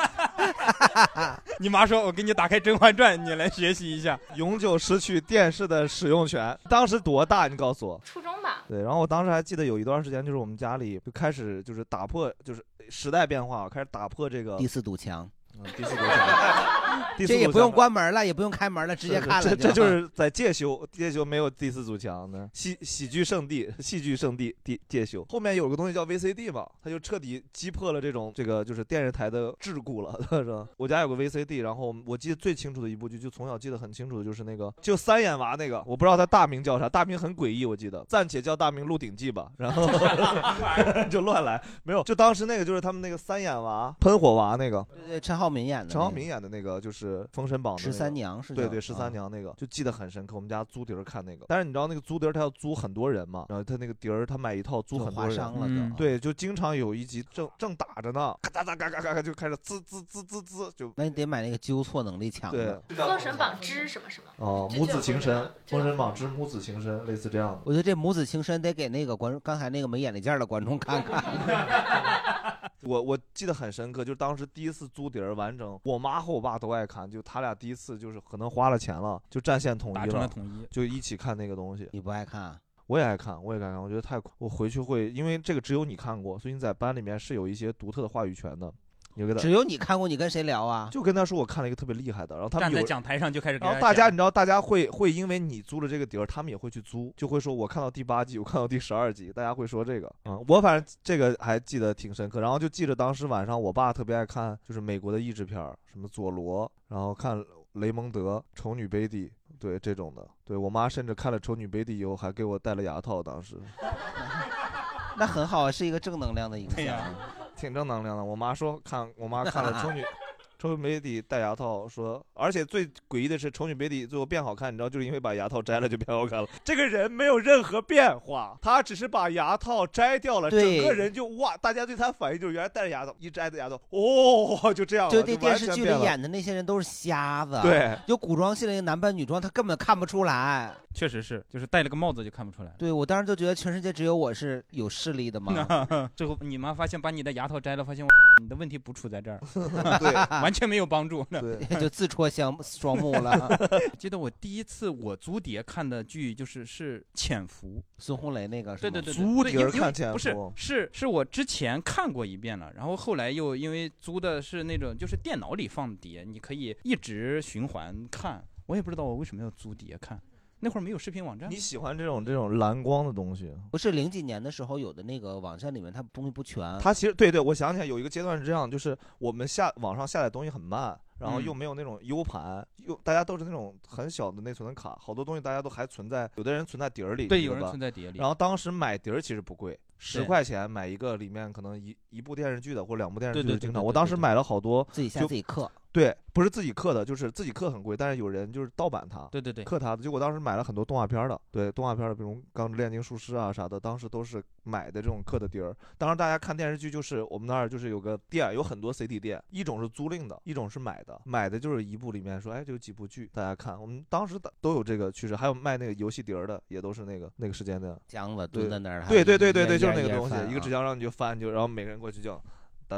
你妈说我给你打开《甄嬛传》，你来学习一下。 永久失去电视的使用权。当时多大？你告诉我。 初中吧。 对，然后我当时还记得有一段时间，就是我们家里就开始就是打破，就是时代变化，开始打破这个第4堵墙。 第4堵墙， 这也不用关门了，也不用开门了，直接看了。 这就是在介休没有第4堵墙的喜剧圣地介休。后面有个东西叫 VCD 嘛，它就彻底击破了这个就是电视台的桎梏了，是吧？我家有个 VCD， 然后我记得最清楚的一部剧，就从小记得很清楚的就是那个就3眼娃那个，我不知道他大名叫啥，大名很诡异，我记得暂且叫大名《鹿鼎记》吧，然后就乱来，没有，就当时那个就是他们那个3眼娃喷火娃那个， 对，陈浩民演的， 陈浩民演的那个就是《封神榜》的 13娘是对13娘那个就记得很深刻，我们家租碟看那个，但是你知道那个租碟他要租很多人嘛，然后他那个碟他买一套租很多人，对，就经常有一集正打着呢，咔嚓咔咔咔咔就开始滋就。 那你得买那个纠错能力强的。 对，封神榜之什么什么。 哦，母子情深，封神榜之母子情深，类似这样的。 我觉得这母子情深得给那个观众，刚才那个没眼力劲的观众看看。 我记得很深刻，就是当时第一次租碟完整，我妈和我爸都爱看，就他俩第一次就是可能花了钱了，就战线统一了，就一起看那个东西。 你不爱看啊？ 我也爱看，我觉得我回去会，因为这个只有你看过，所以你在班里面是有一些独特的话语权的。 只有你看过，你跟谁聊啊？ 就跟他说我看了一个特别厉害的，然后他们站在讲台上就开始跟他讲。 然后大家你知道，大家会因为你租了这个碟，他们也会去租，就会说我看到第8集，我看到第12集，大家会说这个我反正这个还记得挺深刻。然后就记着当时晚上我爸特别爱看，就是美国的译制片，什么佐罗，然后看雷蒙德、丑女贝蒂，对这种的。对我妈甚至看了丑女贝蒂以后，还给我戴了牙套，当时。 那很好，是一个正能量的影响。 挺正能量的。我妈看了丑女贝蒂戴牙套，说，而且最诡异的是丑女贝蒂最后变好看，你知道，就是因为把牙套摘了就变好看了。这个人没有任何变化，他只是把牙套摘掉了，整个人就哇，大家对他反应就是原来戴着牙套，一摘的牙套，就这样了。 就这电视剧里演的那些人都是瞎子， 对， 就古装戏里男扮女装，他根本看不出来。 确实是，就是戴了个帽子就看不出来。 对，我当时就觉得全世界只有我是有势力的嘛。 最后你妈发现把你的牙套摘了，发现你的问题不出在这儿， 对， 完全没有帮助。 对， 就自戳双目了。 记得我第一次我租碟看的剧是《潜伏》， 孙红雷那个是吗？ 对， 租碟看《潜伏》 不是我之前看过一遍了，然后后来又因为租的是那种就是电脑里放碟，你可以一直循环看。我也不知道我为什么要租碟看。那会儿没有视频网站。 你喜欢这种蓝光的东西？ 不是00几年的时候有的那个网站里面它东西不全。 它其实对，我想起来有一个阶段是这样，就是我们网上下载东西很慢，然后又没有那种 U 盘，大家都是那种很小的内存的卡，好多东西大家都还存在，有的人存在碟里， 对，有人存在碟里。 然后当时买碟其实不贵，10块钱买一个里面可能一部电视剧的或2部电视剧的经常。我当时买了好多， 自己下自己刻。 对，不是自己刻的，就是自己刻很贵，但是有人就是盗版它， 对， 刻它的。结果当时买了很多动画片的，对，动画片的，比如《钢之炼金术师》啊啥的，当时都是买的这种刻的碟儿。当时大家看电视剧，就是我们那儿就是有个店，有很多 CD 店，一种是租赁的，一种是买的。买的就是一部里面说，哎，就有几部剧，大家看。我们当时都有这个趋势，还有卖那个游戏碟的，也都是那个时间的。 浆子蹲在那儿， 对，就是那个东西，一个纸箱让你就翻，然后每个人过去就。哒，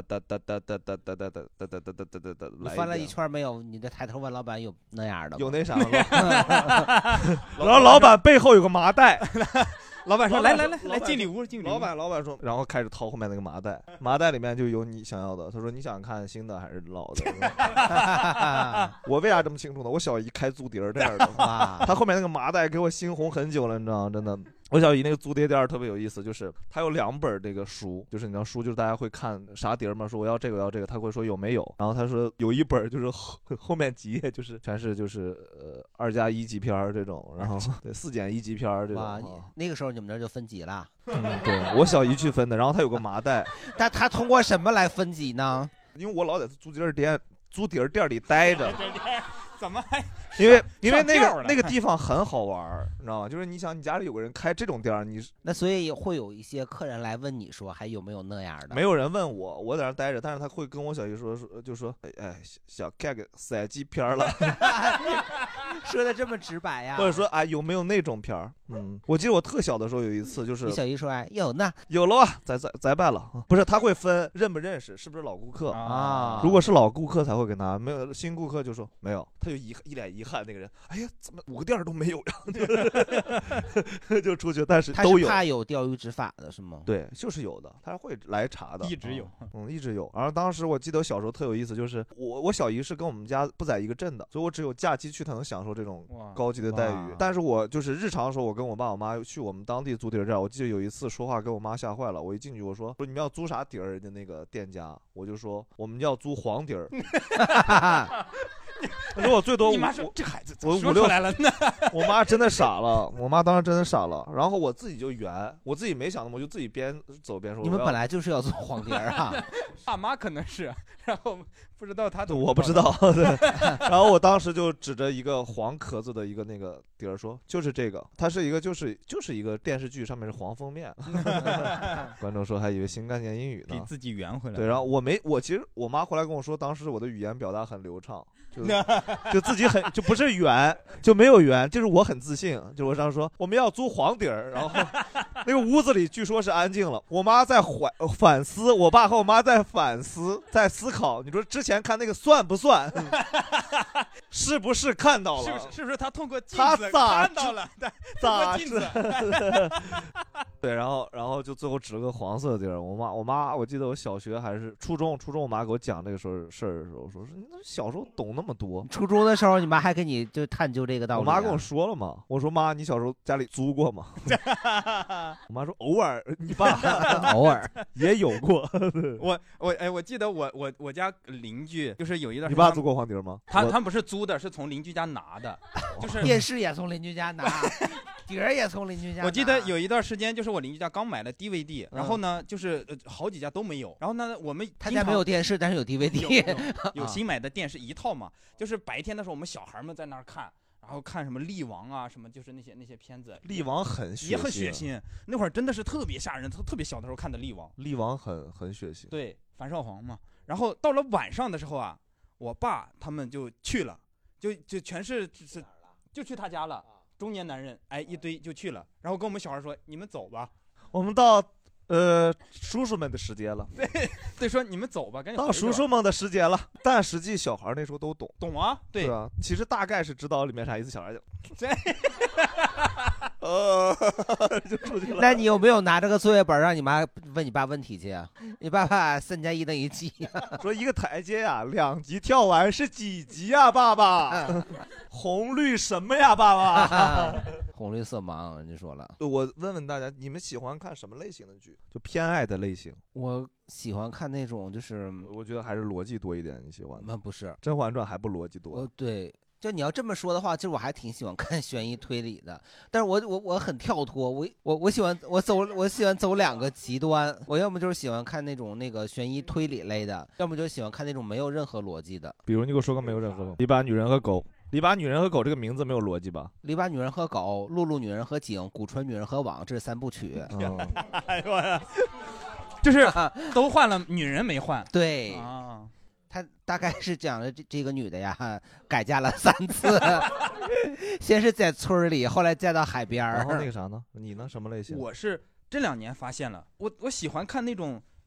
你翻了一圈没有？你再抬头问老板有那样的吗？ 有那啥吗？然后老板背后有个麻袋， 老板说来进礼物。 老板说，然后开始掏后面那个麻袋，麻袋里面就有你想要的。他说你想看新的还是老的？我为啥这么清楚呢？我小姨开租碟这样的，他后面那个麻袋给我猩红很久了，你知道吗？真的。 我小姨那个租碟店特别有意思，就是他有2本这个书，就是你知道书就是大家会看啥碟嘛，说我要这个我要这个，他会说有没有，然后他说有一本就是后面几页就是全是就是2+1级片这种，然后对4+1级片这种。哇， 那个时候你们那就分级了。 对，我小姨去分的，然后他有个麻袋。 但他通过什么来分级呢？ 因为我老在租碟店里待着。 怎么还？ 因为那个地方很好玩，你知道吗？就是你想你家里有个人开这种店， 那所以会有一些客人来问你说还有没有那样的？ 没有人问我，我在那待着，但是他会跟我小姨说，就说哎想看个3级片了， 说的这么直白呀？ 或者说哎有没有那种片儿？我记得我特小的时候有一次就是你小姨说哎有呢， 有了啊，再办了，不是他会分认不认识，是不是老顾客啊？ 如果是老顾客才会跟他，没有新顾客就说没有，他就一脸遗憾那个人，哎呀怎么5个店都没有呀？就出去，但是都有。 他是怕有钓鱼执法的是吗？ 对，就是有的，他会来查的， 一直有， 一直有。然后当时我记得我小时候特有意思，就是我小姨是跟我们家不在一个镇的，所以我只有假期去才能享受这种高级的待遇。但是我就是日常的时候，我跟我爸我妈去我们当地租碟店，我记得有一次说话跟我妈吓坏了，我一进去我说你们要租啥碟儿？人家那个店家我就说我们要租黄碟儿。我说我最多， 你妈说这孩子我说出来了呢。 我妈真的傻了，我妈当时真的傻了。然后我自己就圆，我自己没想那么，我就自己边走边说。 你们本来就是要做黄碟啊， 爸妈可能是，然后不知道他我不知道。对，然后我当时就指着一个黄壳子的一个那个碟儿说，就是这个，它是一个就是一个电视剧，上面是黄封面。观众说还以为新概念英语呢， 给自己圆回来。 对，然后我其实我妈后来跟我说，当时我的语言表达很流畅。就自己很就不是圆就没有圆，就是我很自信，就我上说我们要租黄碟儿，然后那个屋子里据说是安静了，我妈在反思，我爸和我妈在反思，在思考，你说之前看那个算不算，是不是看到了， 是不是他通过镜子看到了， 咋镜子对，然后就最后指了个黄色的地儿。我妈，我记得我小学还是初中，我妈给我讲这个事儿的时候，说你小时候懂那么多。 初中的时候，你妈还跟你就探究这个道理。 我妈跟我说了嘛，我说妈，你小时候家里租过吗？我妈说偶尔，你爸偶尔也有过。 我记得我家邻居就是有一段时间， 你爸租过黄碟吗？ 他们不是租的，是从邻居家拿的，就是电视也从邻居家拿。碟儿也从邻居家。 我记得有一段时间，就是我邻居家刚买了 DVD，然后呢，就是好几家都没有。然后呢，我们他家没有电视，但是有 DVD， 有新买的电视一套嘛。就是白天的时候，我们小孩们在那儿看，然后看什么力王啊，什么就是那些片子。 力王很血腥， 也很血腥。那会儿真的是特别吓人，特别小的时候看的力王。 力王很血腥。 对，樊少皇嘛。然后到了晚上的时候啊，我爸他们就去了，就全是就去他家了。中年男人，哎，一堆就去了，然后跟我们小孩说：“你们走吧， 我们到叔叔们的时间了。” 对，说你们走吧，赶紧到叔叔们的时间了。但实际小孩那时候都懂啊，对啊，其实大概是知道里面啥意思，小孩就就出去了。 那你有没有拿这个作业本让你妈问你爸问题去啊？你爸爸3+1等于几？ 说一个台阶呀，2级跳完是几级呀，爸爸？红绿什么呀，爸爸？ 红绿色盲，人家说了。 我问问大家，你们喜欢看什么类型的剧？就偏爱的类型。 我喜欢看那种，就是我觉得还是逻辑多一点。你喜欢？ 那不是《 甄嬛传》还不逻辑多？ 对。就你要这么说的话，其实我还挺喜欢看悬疑推理的，但是我很跳脱，我喜欢走2个极端，我要么就是喜欢看那个悬疑推理类的，要么就喜欢看那种没有任何逻辑的。 比如你给我说个没有任何逻辑。篱笆女人和狗。篱笆女人和狗这个名字没有逻辑吧？ 篱笆女人和狗，露露女人和井，古纯女人和网，这是3部曲。 哎呦呀，就是都换了，女人没换。 对啊。 他大概是讲的这个女的呀，改嫁了3次，先是在村里，后来嫁到海边。 然后那个啥呢？你呢？什么类型？ 我是这2年发现了，我喜欢看那种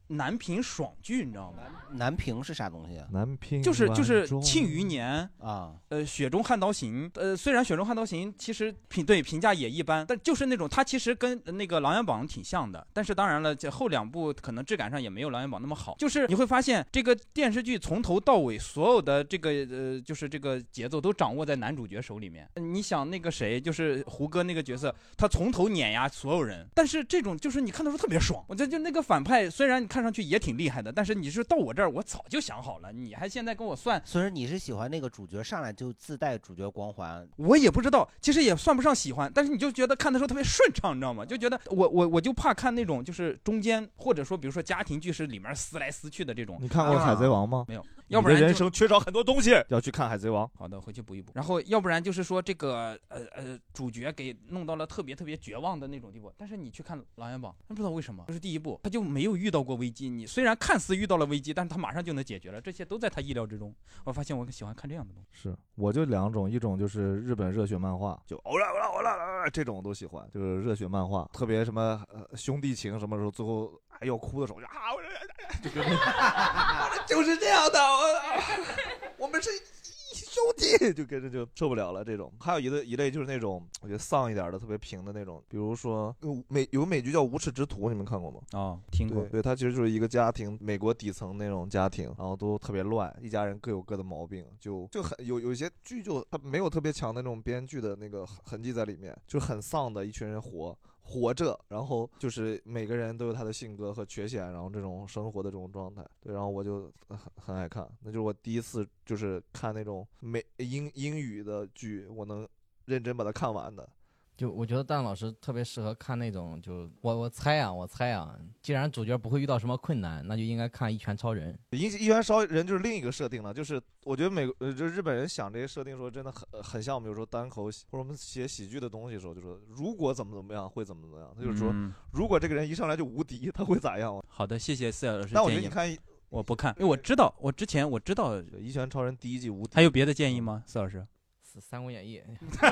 南屏爽剧，你知道吗？ 南屏是啥东西啊？ 南屏就是《庆余年》 啊， 雪中悍刀行》虽然《雪中悍刀行》其实评价也一般，但就是那种它其实跟那个《琅琊榜》挺像的，但是当然了，这后2部可能质感上也没有《琅琊榜》那么好。就是你会发现这个电视剧从头到尾所有的这个就是这个节奏都掌握在男主角手里面。你想那个谁，就是胡歌那个角色，他从头碾压所有人，但是这种就是你看的时候特别爽。我觉得就那个反派虽然你看上去也挺厉害的，但是你是到我这儿我早就想好了，你还现在跟我算。 所以你是喜欢那个主角上来就自带主角光环？ 我也不知道，其实也算不上喜欢，但是你就觉得看的时候特别顺畅，你知道吗？就觉得我就怕看那种就是中间或者说比如说家庭剧是里面撕来撕去的这种。 你看过《海贼王》吗？ 没有，要不然人生缺少很多东西，要去看《海贼王》。 好的，回去补一补。然后要不然就是说这个主角给弄到了特别绝望的那种地步，但是你去看《琅琊榜》，不知道为什么，就是第一部他就没有遇到过危机，你虽然看似遇到了危机，但是他马上就能解决了，这些都在他意料之中。我发现我喜欢看这样的东西。 是，我就2种，一种就是日本热血漫画，就这种我都喜欢，就是热血漫画，特别什么兄弟情什么时候最后要哭的时候就跟就是这样的，我们是兄弟，就跟着就受不了了这种。还有一类就是那种我觉得丧一点的特别平的那种，比如说有美剧叫《无耻之徒》，你们看过吗？ 听过。 对，它其实就是一个家庭，美国底层那种家庭，然后都特别乱，一家人各有各的毛病，就很有一些剧就它没有特别强的那种编剧的那个痕迹在里面，就很丧的一群人活着，然后就是每个人都有他的性格和缺陷，然后这种生活的这种状态，对，然后我就很爱看，那就是我第一次就是看那种英语的剧，我能认真把它看完的。 就我觉得蛋老师特别适合看那种，就我猜啊，既然主角不会遇到什么困难，那就应该看《一拳超人》。 一拳超人就是另一个设定了，就是我觉得就日本人想这些设定的时候，真的很像我们有时候单口或者我们写喜剧的东西的时候，就说如果怎么样会怎么样，他就是说如果这个人一上来就无敌，他会咋样？ 好的，谢谢四小老师。 但我觉得你看， 我不看，因为我知道，之前我知道 《一拳超人》第1季无敌。 还有别的建议吗，四老师？ 《三国演义》。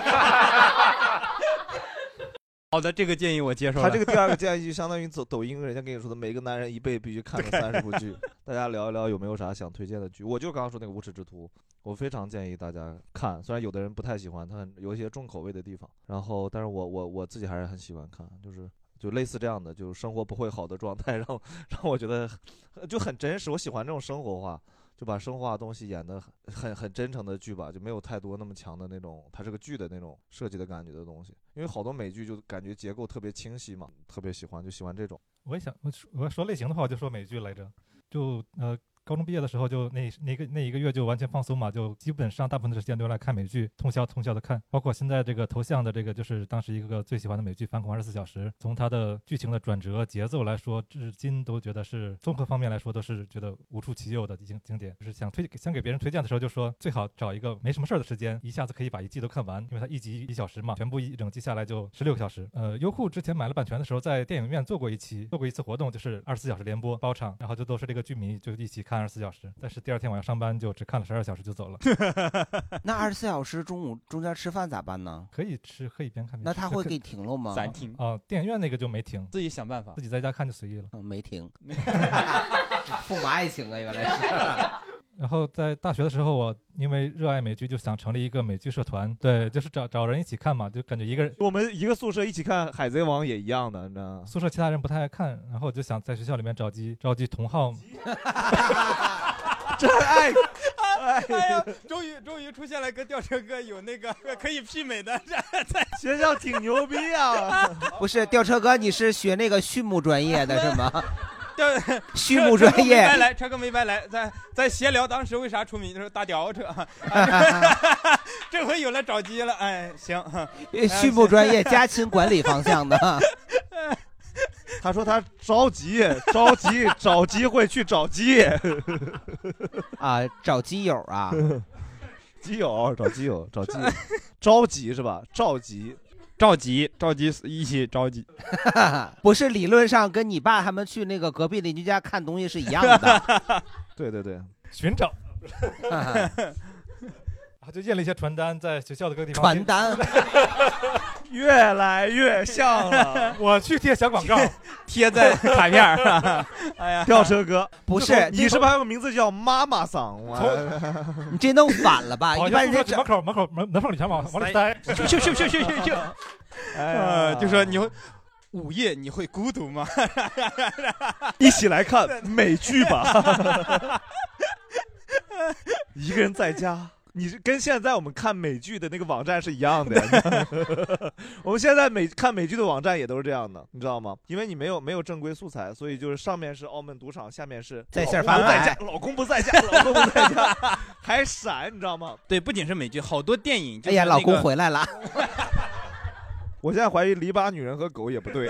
好的，这个建议我接受了。 他这个第2个建议就相当于抖音人家跟你说的，每个男人一辈必须看个30部剧。大家聊一聊有没有啥想推荐的剧？我就刚刚说那个《无耻之徒》，我非常建议大家看。虽然有的人不太喜欢，它有一些重口味的地方，然后但是我自己还是很喜欢看，就类似这样的，就生活不会好的状态，让我觉得就很真实。我喜欢这种生活化。就把生活化的东西演得很真诚的剧吧，就没有太多那么强的那种它是个剧的那种设计的感觉的东西。因为好多美剧就感觉结构特别清晰嘛，特别喜欢这种。 我要说类型的话，我就说美剧来着，就高中毕业的时候就那一个月就完全放松嘛，就基本上大部分的时间都来看美剧，通宵的看。包括现在这个头像的这个就是当时一个最喜欢的美剧《反恐24小时》，从它的剧情的转折节奏来说，至今都觉得是综合方面来说都是觉得无出其右的经典。就是想给别人推荐的时候，就说最好找一个没什么事的时间，一下子可以把一季都看完，因为它一集1小时嘛，全部一整季下来就16个小时。优酷之前买了版权的时候，在电影院做过一次活动，就是24小时连播包场，然后就都是这个剧迷就一起看24小时，但是第2天晚上上班就只看了12小时就走了。 那24小时中间吃饭咋办呢？ 可以吃，可以边看边吃。 那他会给停了吗？ 暂停。 电影院那个就没停， 自己想办法， 自己在家看就随意了。 没停。驸马也请啊，原来是。 然后在大学的时候，我因为热爱美剧，就想成立一个美剧社团。对，就是找人一起看嘛，就感觉一个人。 我们一个宿舍一起看《海贼王》也一样的，你知道吗？ 宿舍其他人不太爱看，然后我就想在学校里面召集同好。 真爱。 哎呀，终于出现了跟吊车哥有那个可以媲美的， 在学校挺牛逼啊！ 不是吊车哥，你是学那个畜牧专业的是吗？ 畜牧专业， 车哥没白来，在闲聊当时为啥出名就是大吊车，这回有了找机了，哎，行， 畜牧专业家禽管理方向的。 他说他着急找机会去找鸡啊，找基友啊， 基友找基友着急是吧？召集一起着急， 不是理论上跟你爸他们去那个隔壁邻居家看东西是一样的。 对， 寻找。 就印了一些传单，在学校的各个地方。 传单越来越像了。 我去贴小广告， 贴在卡片上。哎呀， 吊车哥不是， 你是不是还有个名字叫妈妈桑？ 你这弄反了吧？一般人门缝里全往里塞， 去。就说你午夜你会孤独吗？ 一起来看美剧吧。一个人在家，你跟现在我们看美剧的那个网站是一样的。我们现在看美剧的网站也都是这样的，你知道吗？因为你没有正规素材，所以就是上面是澳门赌场，下面是在线发牌， 老公不在家，老公不在家，还闪，你知道吗？ 对，不仅是美剧，好多电影。 哎呀，老公回来了。 我现在怀疑篱笆女人和狗也不对。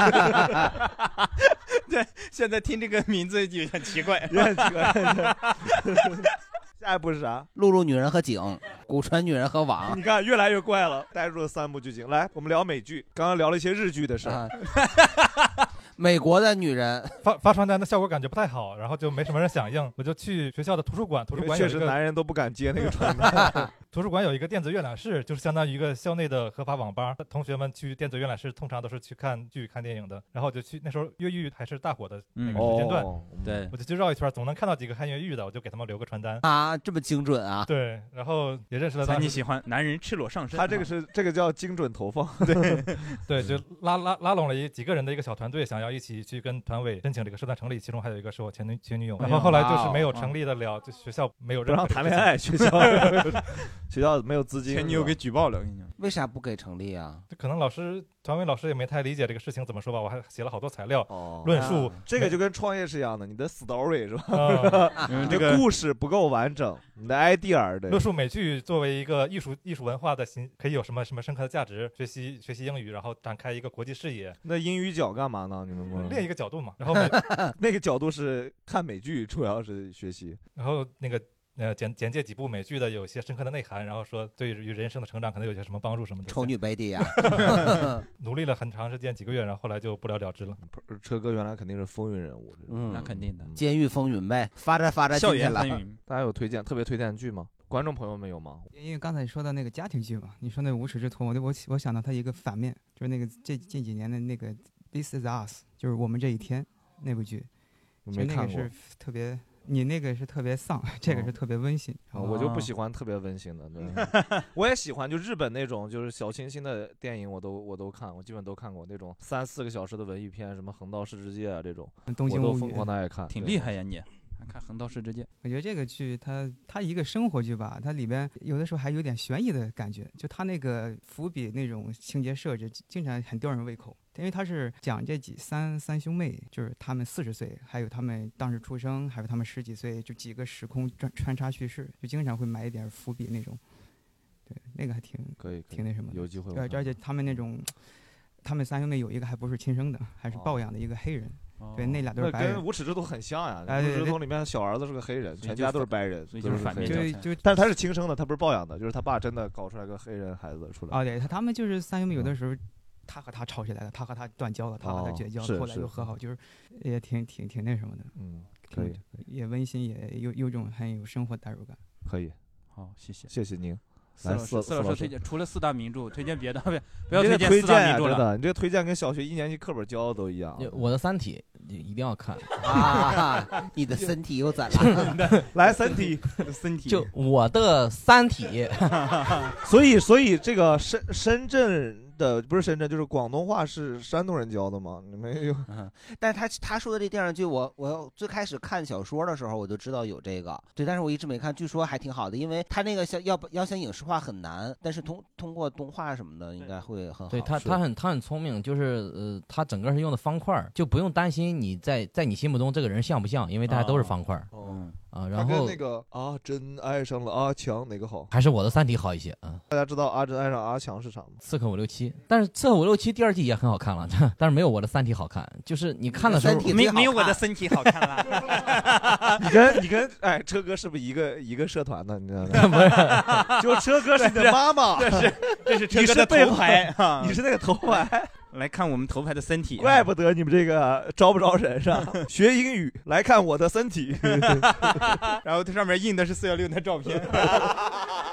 对，现在听这个名字就很奇怪， 也很奇怪。下一步是啥？ 露露女人和井，古川女人和网。 你看越来越怪了，带入了3部剧情。来，我们聊美剧，刚刚聊了一些日剧的事儿。 美国的女人发传单的效果感觉不太好，然后就没什么人响应，我就去学校的图书馆确实男人都不敢接那个传单。 图书馆有一个电子阅览室，就是相当于一个校内的合法网吧。同学们去电子阅览室通常都是去看剧、看电影的，然后我就去，那时候越狱还是大火的那个时间段， 对， 我就去绕一圈，总能看到几个看越狱的，我就给他们留个传单啊，这么精准啊？ 对，然后也认识了。 你喜欢男人赤裸上身？ 他这个叫精准投放。 对，就拉拢了几个人的一个小团队，想要一起去跟团委申请这个社团成立，其中还有一个是我前女友，然后后来就是没有成立得了，就学校没有不让谈恋爱，学校没有资金， 前女友给举报了。我跟你讲， 为啥不给成立啊？ 可能团委老师也没太理解这个事情怎么说吧，我还写了好多材料论述。 这个就跟创业是一样的，你的 story 是吧？这个故事不够完整，你的 idea 的论述美剧作为一个艺术文化的可以有什么深刻的价值，学习英语，然后展开一个国际视野。 那英语角干嘛呢？你们另一个角度嘛。然后那个角度是看美剧，主要是学习。 然后那个简介几部美剧的有些深刻的内涵，然后说对于人生的成长可能有些什么帮助什么的。 丑女贝蒂呀， 努力了很长时间几个月，然后后来就不了了之了。 车哥原来肯定是风云人物， 那肯定的， 监狱风云呗，发展校园了。 大家有特别推荐剧吗？观众朋友们有吗？ 因为刚才说到那个家庭剧嘛，你说那个无耻之徒，我想到它一个反面，就是那个近几年的那个 This Is Us， 就是我们这一天那部剧， 没看过。 那个是特别。你那个是特别丧，这个是特别温馨。 我就不喜欢特别温馨的。对，我也喜欢，就日本那种就是小清新的电影，我都看，我基本都看过那种3-4个小时的文艺片，什么《横道世之介》啊这种，我都疯狂的爱看。 挺厉害呀你！看《横道世之介》， 我觉得这个剧它一个生活剧吧，它里边有的时候还有点悬疑的感觉，就它那个伏笔那种情节设置，经常很吊人胃口。因为他是讲这三兄妹，就是他们40岁，还有他们当时出生，还有他们10几岁，就几个时空穿插叙事，就经常会埋一点伏笔那种。对，那个还挺那什么的， 有机会。 对，而且他们那种，他们3兄妹有一个还不是亲生的，还是抱养的一个黑人。对，那俩都是白人。 跟无耻之徒很像呀。无耻之徒里面小儿子是个黑人，全家都是白人， 所以就是反面教材。 但是他是亲生的，他不是抱养的，就是他爸真的搞出来个黑人孩子出来。 对，他们就是3兄妹，有的时候。他和他吵起来了，他和他断交了，他和他绝交了，后来又和好，就是也挺那什么的。 可以， 也温馨，也有种很有生活代入感。 可以， 好，谢谢您。 四老师推荐，除了4大名著，推荐别的，不要推荐4大名著了。 你这推荐跟小学1年级课本教的都一样。 我的《三体》一定要看啊！你的身体又咋了？ 来，身体， 就我的《三体》。 所以这个深圳。不是深圳，就是广东话是山东人教的吗？你没有？ 但是他说的这电视剧，我最开始看小说的时候我就知道有这个，对，但是我一直没看。据说还挺好的，因为他那个要想影视化很难，但是通过动画什么的应该会很好。 对他很聪明，就是他整个是用的方块，就不用担心你在你心目中这个人像不像，因为大家都是方块。然后那个真爱上了阿强哪个好？ 还是我的《三体》好一些啊。 大家知道阿珍爱上阿强是啥吗？ 刺客567，但是刺客567第2季也很好看了，但是没有我的《三体》好看。就是你看的时候没有我的身体好看了。 你跟车哥是不是一个社团的？你知道吗？就车哥是你的妈妈， 这是车哥的头牌， 你是那个头牌。 来看我们头牌的身体， 怪不得你们这个招不着人是吧？学英语来看我的身体， 然后它上面印的是416的照片。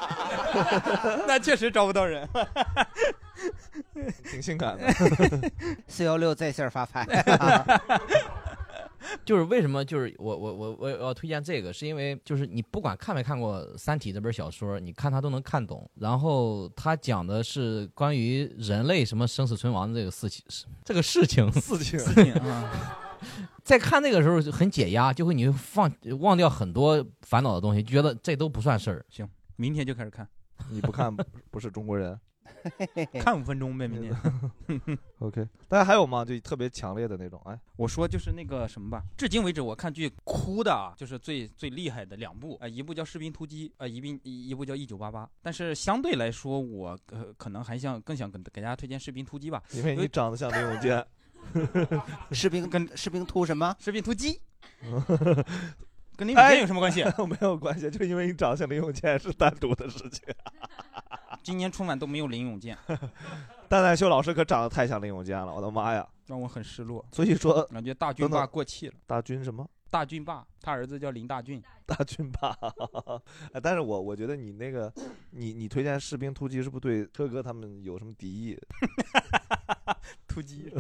那确实招不到人， 挺性感的。 416在线发牌。 就是为什么就是我要推荐这个，是因为就是你不管看没看过《三体》这本小说，你看它都能看懂。然后它讲的是关于人类什么生死存亡的这个事情。在看那个时候很解压，就会你会忘掉很多烦恼的东西，觉得这都不算事儿。 行，明天就开始看。 你不看不是中国人。 看5分钟呗，明天。 OK， 大家还有吗？就特别强烈的那种。哎， 我说就是那个什么吧，至今为止我看剧哭的，就是最厉害的2部，一部叫《士兵突击》，一部叫《1988》。但是相对来说，我可能还更想给大家推荐《士兵突击》吧， 因为你长得像林永健。 士兵突什么？ 士兵突击。跟林永健有什么关系？ 没有关系，就因为你长得像林永健是单独的事情。 今年春晚都没有林永健， 蛋蛋秀老师可长得太像林永健了，我的妈呀， 让我很失落。 所以说， 感觉大军爸过气了。 大军什么？ 大军爸，他儿子叫林大俊。 大军爸，但是我觉得你那个，你推荐《士兵突击》是不是对车哥他们有什么敌意？ 突击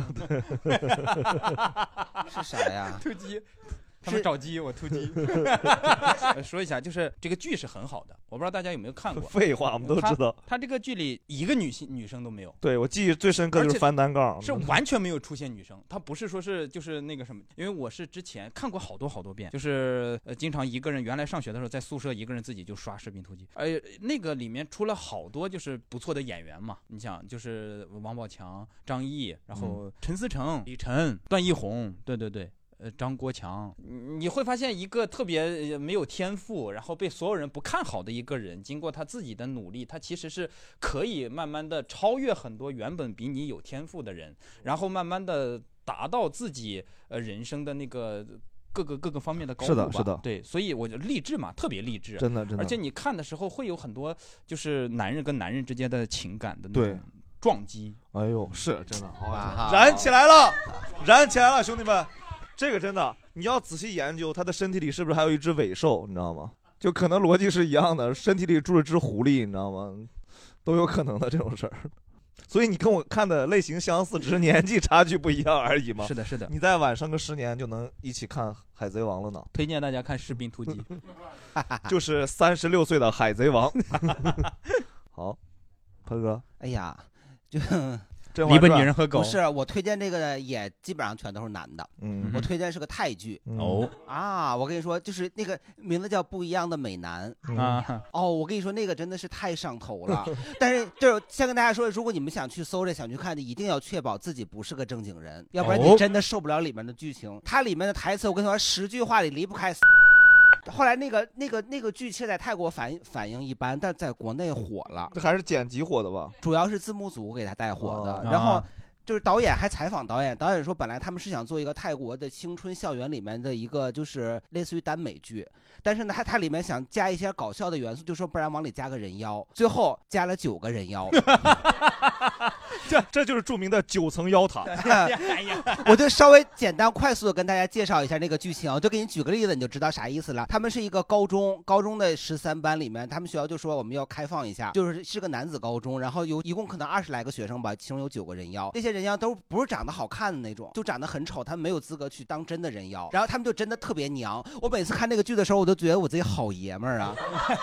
是啥呀？ 突击。他们找鸡，我突击。说一下，就是这个剧是很好的，我不知道大家有没有看过。 废话，我们都知道。 他这个剧里一个女生都没有。 对，我记忆最深刻就是翻单杠， 是完全没有出现女生。他不是说是就是那个什么，因为我是之前看过好多遍，就是经常一个人原来上学的时候在宿舍一个人自己就刷《士兵突击》，那个里面出了好多就是不错的演员嘛。你想，就是王宝强、张译，然后陈思诚、李晨、段奕宏，对。张国强，你会发现一个特别没有天赋，然后被所有人不看好的一个人，经过他自己的努力，他其实是可以慢慢的超越很多原本比你有天赋的人，然后慢慢的达到自己人生的那个各个方面的高度吧。 是的， 对，所以我就励志嘛，特别励志， 真的。 而且你看的时候会有很多就是男人跟男人之间的情感的那种撞击。 哎呦，是真的，燃起来了，燃起来了，兄弟们！这个真的，你要仔细研究，他的身体里是不是还有一只尾兽，你知道吗？就可能逻辑是一样的，身体里住了只狐狸，你知道吗？都有可能的这种事儿。所以你跟我看的类型相似，只是年纪差距不一样而已嘛。 是的，是的。 你再晚上个10年就能一起看《海贼王》了呢。 推荐大家看《士兵突击》， 就是36岁的海贼王。好，鹏哥， 哎呀，就。 离本女人和狗不是我推荐这个也基本上全都是男的。我推荐是个泰剧。我跟你说，就是那个名字叫《不一样的美男》我跟你说那个真的是太上头了。但是就是先跟大家说，如果你们想去搜着想去看的，一定要确保自己不是个正经人，要不然你真的受不了里面的剧情。它里面的台词我跟你说10句话里离不开。后来那个剧其实在泰国反应一般，但在国内火了。 这还是剪辑火的吧？ 主要是字幕组给他带火的。然后就是导演还采访导演说本来他们是想做一个泰国的青春校园里面的一个就是类似于耽美剧，但是呢他里面想加一些搞笑的元素，就说不然往里加个人妖，最后加了9个人妖。 这就是著名的9层妖塔。 我就稍微简单快速的跟大家介绍一下那个剧情，我就给你举个例子，你就知道啥意思了。他们是一个高中的13班里面，他们学校就说我们要开放一下，是个男子高中，然后一共可能20来个学生吧，其中有9个人妖，这些人妖都不是长得好看的那种，就长得很丑，他们没有资格去当真的人妖，然后他们就真的特别娘。我每次看那个剧的时候，我都觉得我自己好爷们儿啊。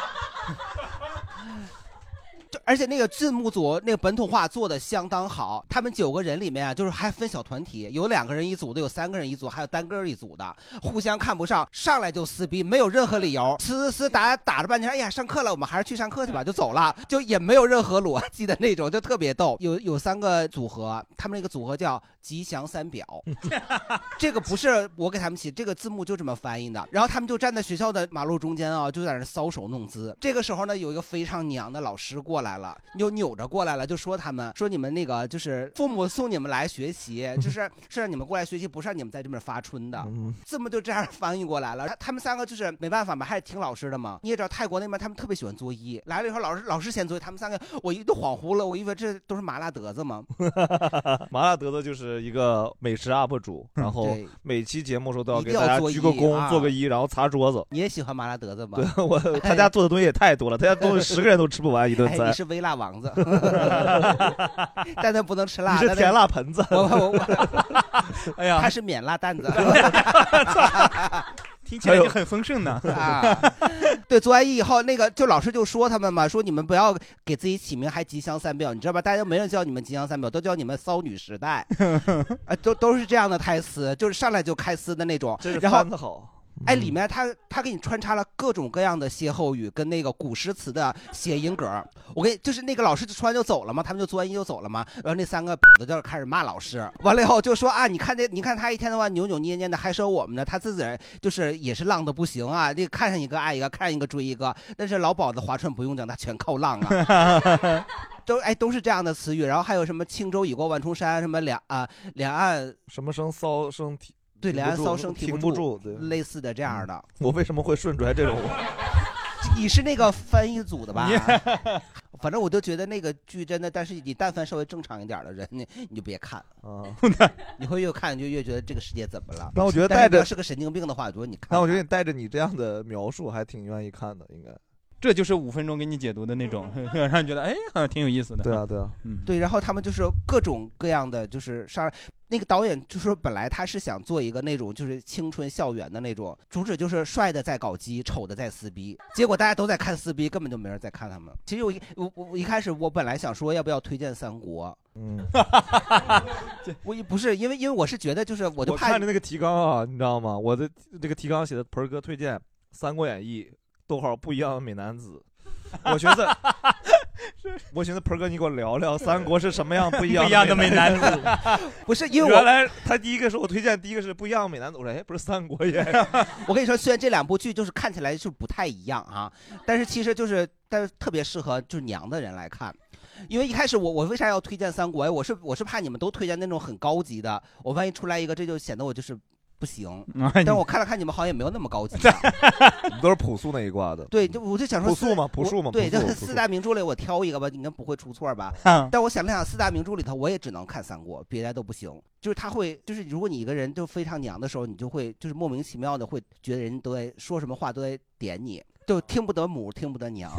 而且那个字幕组那个本土化做的相当好，他们9个人里面啊，就是还分小团体，有2个人一组的，有3个人一组，还有单个一组的，互相看不上，上来就撕逼，没有任何理由，撕打着半天，哎呀，上课了，我们还是去上课去吧，就走了，就也没有任何逻辑的那种，就特别逗。有3个组合，他们那个组合叫吉祥三表，这个不是我给他们起，这个字幕就这么翻译的。然后他们就站在学校的马路中间啊，就在那搔首弄姿。这个时候呢，有一个非常娘的老师过来了，就扭着过来了，就说他们说你们那个就是父母送你们来学习，是让你们过来学习，不是让你们在这边发春的。字幕就这样翻译过来了。他们3个就是没办法嘛，还是听老师的嘛。你也知道泰国那边他们特别喜欢作揖，来了以后老师先作揖，他们3个我都恍惚了，我以为这都是麻辣德子吗？ 麻辣德子就是是一个美食 UP 主，然后对每期节目时候都要给一定要做大家鞠个躬、 揖做个揖，然后擦桌子。 你也喜欢麻辣德子吗？ 对他家做的东西也太多了，他家东西10个人都吃不完一顿哎， 菜。 你是微辣王子，蛋蛋不能吃辣， 你是甜辣盆子。 哎呀， 他是免辣蛋子。 听起来就很丰盛呢。 啊，对，做完揖以后，那个就老师就说他们嘛，说你们不要给自己起名还吉祥三表，你知道吧？大家没人叫你们吉祥三表，都叫你们骚女时代，都是这样的台词，就是上来就开撕的那种。 这是然后翻的好。 哎，里面他给你穿插了各种各样的歇后语跟那个古诗词的谐音梗。就是那个老师就说完就走了嘛，他们就做完揖就走了嘛。然后那3个子就开始骂老师，完了以后就说啊，你看他一天的话扭扭捏捏的，还说我们呢，他自己就是也是浪的不行啊，这看上一个爱一个，看上一个追一个。但是老鸨子划船不用讲，他全靠浪啊。都是这样的词语。然后还有什么轻舟已过万重山，什么两岸什么声骚声体。 对，两岸骚声停不住，对， 类似的这样的。 我为什么会顺出来这种？ 你是那个翻译组的吧？反正我就觉得那个剧真的，但是你但凡稍微正常一点的人，你就别看啊，你会越看就越觉得这个世界怎么了。 但我觉得带着是个神经病的话，我觉得你看。 但我觉得你带着你这样的描述，还挺愿意看的，应该。 这就是5分钟给你解读的那种，让人觉得哎，好像挺有意思的。 对啊， 对。然后他们就是各种各样的，就是上那个导演就说，本来他是想做一个那种就是青春校园的那种，主旨就是帅的在搞基，丑的在撕逼。结果大家都在看撕逼，根本就没人在看他们。其实我一开始我本来想说要不要推荐三国，我不是因为我是觉得就是我看着那个提纲啊，你知道吗？我的这个提纲写的盆儿哥推荐《三国演义》。不一样的美男子，我寻思盆儿哥你给我聊聊三国是什么样不一样的美男子。 不是因为原来他第一个是我推荐，第一个是不一样的美男子。我说哎，不是三国演。 我跟你说，虽然这2部剧就是看起来就不太一样啊，但是其实但是特别适合就是娘的人来看。因为一开始我为啥要推荐三国？我是怕你们都推荐那种很高级的，我万一出来一个，这就显得我就是不行。但是我看了看你们好像也没有那么高级， 都是朴素那一挂的。 对，我就想说朴素嘛。 对，这4大名著里我挑一个吧，应该不会出错吧？但我想了想，4大名著里头我也只能看三国，别的都不行。就是他会，就是如果你一个人就非常娘的时候，你就会就是莫名其妙的会觉得人都在说什么话都在点你，就听不得母，听不得娘。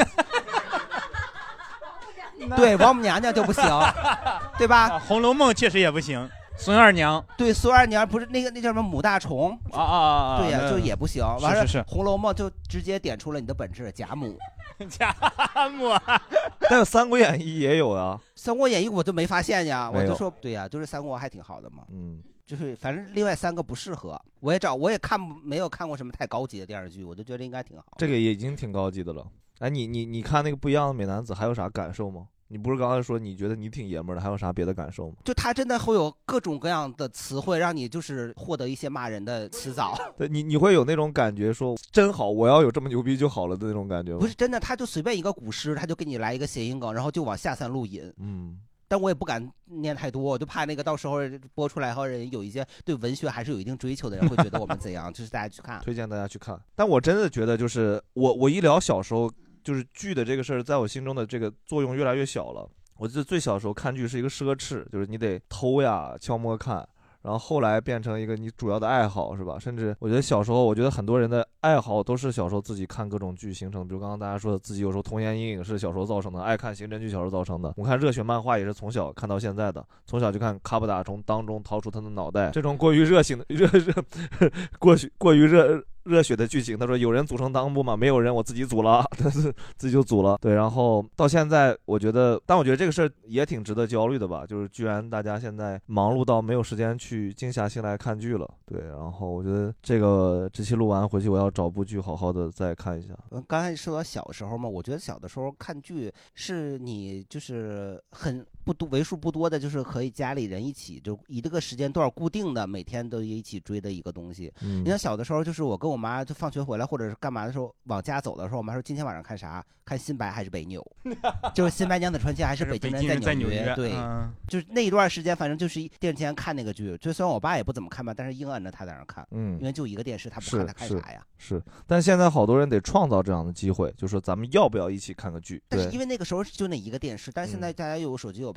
对，王母娘娘就不行，对吧？ 《红楼梦》确实也不行。孙二娘， 对，孙二娘不是那叫什么母大虫啊， 对呀，就也不行。完了， 是 《红楼梦》就直接点出了你的本质，贾母。 贾母， 但是《三国演义》也有啊， 《三国演义》我就没发现呀，我就说对呀，就是三国还挺好的嘛。就是反正另外3个不适合，我也没有看过什么太高级的电视剧，我就觉得应该挺好。 这个也已经挺高级的了。哎，你看那个不一样的美男子还有啥感受吗？你不是刚才说你觉得你挺爷们儿的，还有啥别的感受吗？ 就他真的会有各种各样的词汇，让你就是获得一些骂人的词藻。 对，你会有那种感觉说真好，我要有这么牛逼就好了的那种感觉吗？ 不是真的，他就随便一个古诗，他就给你来一个谐音梗，然后就往下三路引。但我也不敢念太多，我就怕那个到时候播出来后，人有一些对文学还是有一定追求的人会觉得我们怎样，就是大家去看， 推荐大家去看。但我真的觉得，就是我一聊小时候，就是剧的这个事儿，在我心中的这个作用越来越小了。我记得最小的时候看剧是一个奢侈，就是你得偷呀、悄摸看。然后后来变成一个你主要的爱好，是吧？甚至我觉得小时候，我觉得很多人的爱好都是小时候自己看各种剧形成的。比如刚刚大家说的，自己有时候童年阴影是小时候造成的，爱看刑侦剧小时候造成的。我看热血漫画也是从小看到现在的，从小就看卡布达从当中掏出他的脑袋，这种过于热血热血的剧情。他说有人组成党部吗？没有人，我自己组了，自己就组了。对，然后到现在我觉得这个事儿也挺值得焦虑的吧，就是居然大家现在忙碌到没有时间去静下心来看剧了。对，然后我觉得这期录完回去我要找部剧好好的再看一下。 刚才说到小时候嘛，我觉得小的时候看剧是你就是很为数不多的，就是可以家里人一起就以这个时间段固定的每天都一起追的一个东西。你像小的时候，就是我跟我妈就放学回来或者是干嘛的时候往家走的时候，我妈说今天晚上看啥？看新白还是北纽？就是新白娘子传奇还是北京人在纽约？对，就是那一段时间，反正就是电视前看那个剧。就虽然我爸也不怎么看吧，但是硬摁着他在那看。因为就一个电视，他不看他看啥呀？ 是，但现在好多人得创造这样的机会，就说咱们要不要一起看个剧？ 但是因为那个时候就那一个电视，但是现在大家又有手机有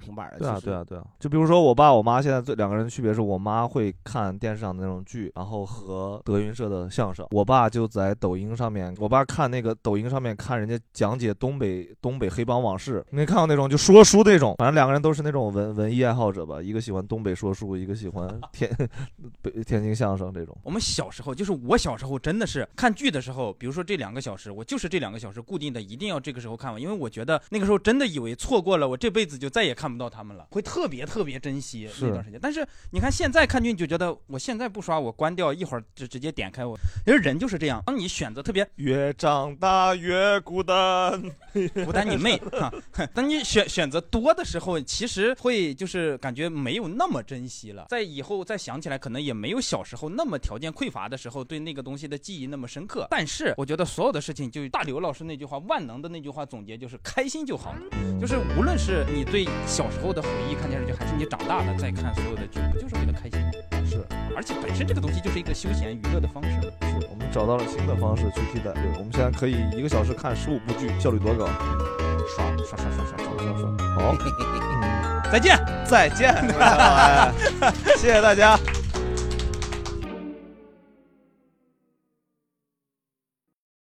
平板的。 对啊。就比如说我爸我妈现在两个人的区别是，我妈会看电视上的那种剧，然后和德云社的相声。我爸就在抖音上面，我爸看那个抖音上面看人家讲解东北黑帮往事，你看到那种就说书那种，反正两个人都是那种文艺爱好者吧，一个喜欢东北说书，一个喜欢天津相声这种。 我们小时候，就是我小时候真的是看剧的时候，比如说这2个小时，我就是这2个小时固定的，一定要这个时候看完，因为我觉得那个时候真的以为错过了，我这辈子就再也看不到他们了，会特别珍惜那段时间。但是你看现在看剧，你就觉得我现在不刷，我关掉，一会儿就直接点开我。因为人就是这样，当你选择特别越长大越孤单， 孤单你妹啊！当你选择多的时候，其实会就是感觉没有那么珍惜了。在以后再想起来，可能也没有小时候那么条件匮乏的时候对那个东西的记忆那么深刻。但是我觉得所有的事情，就大刘老师那句话，万能的那句话总结就是开心就好。就是无论是你对小时候的回忆看电视剧，还是你长大了再看所有的剧，不就是为了开心？ 是， 而且本身这个东西就是一个休闲娱乐的方式。 是我们找到了新的方式去替代。对，我们现在可以1个小时看15部剧，效率多高？ 刷。 好， 再见。 谢谢大家。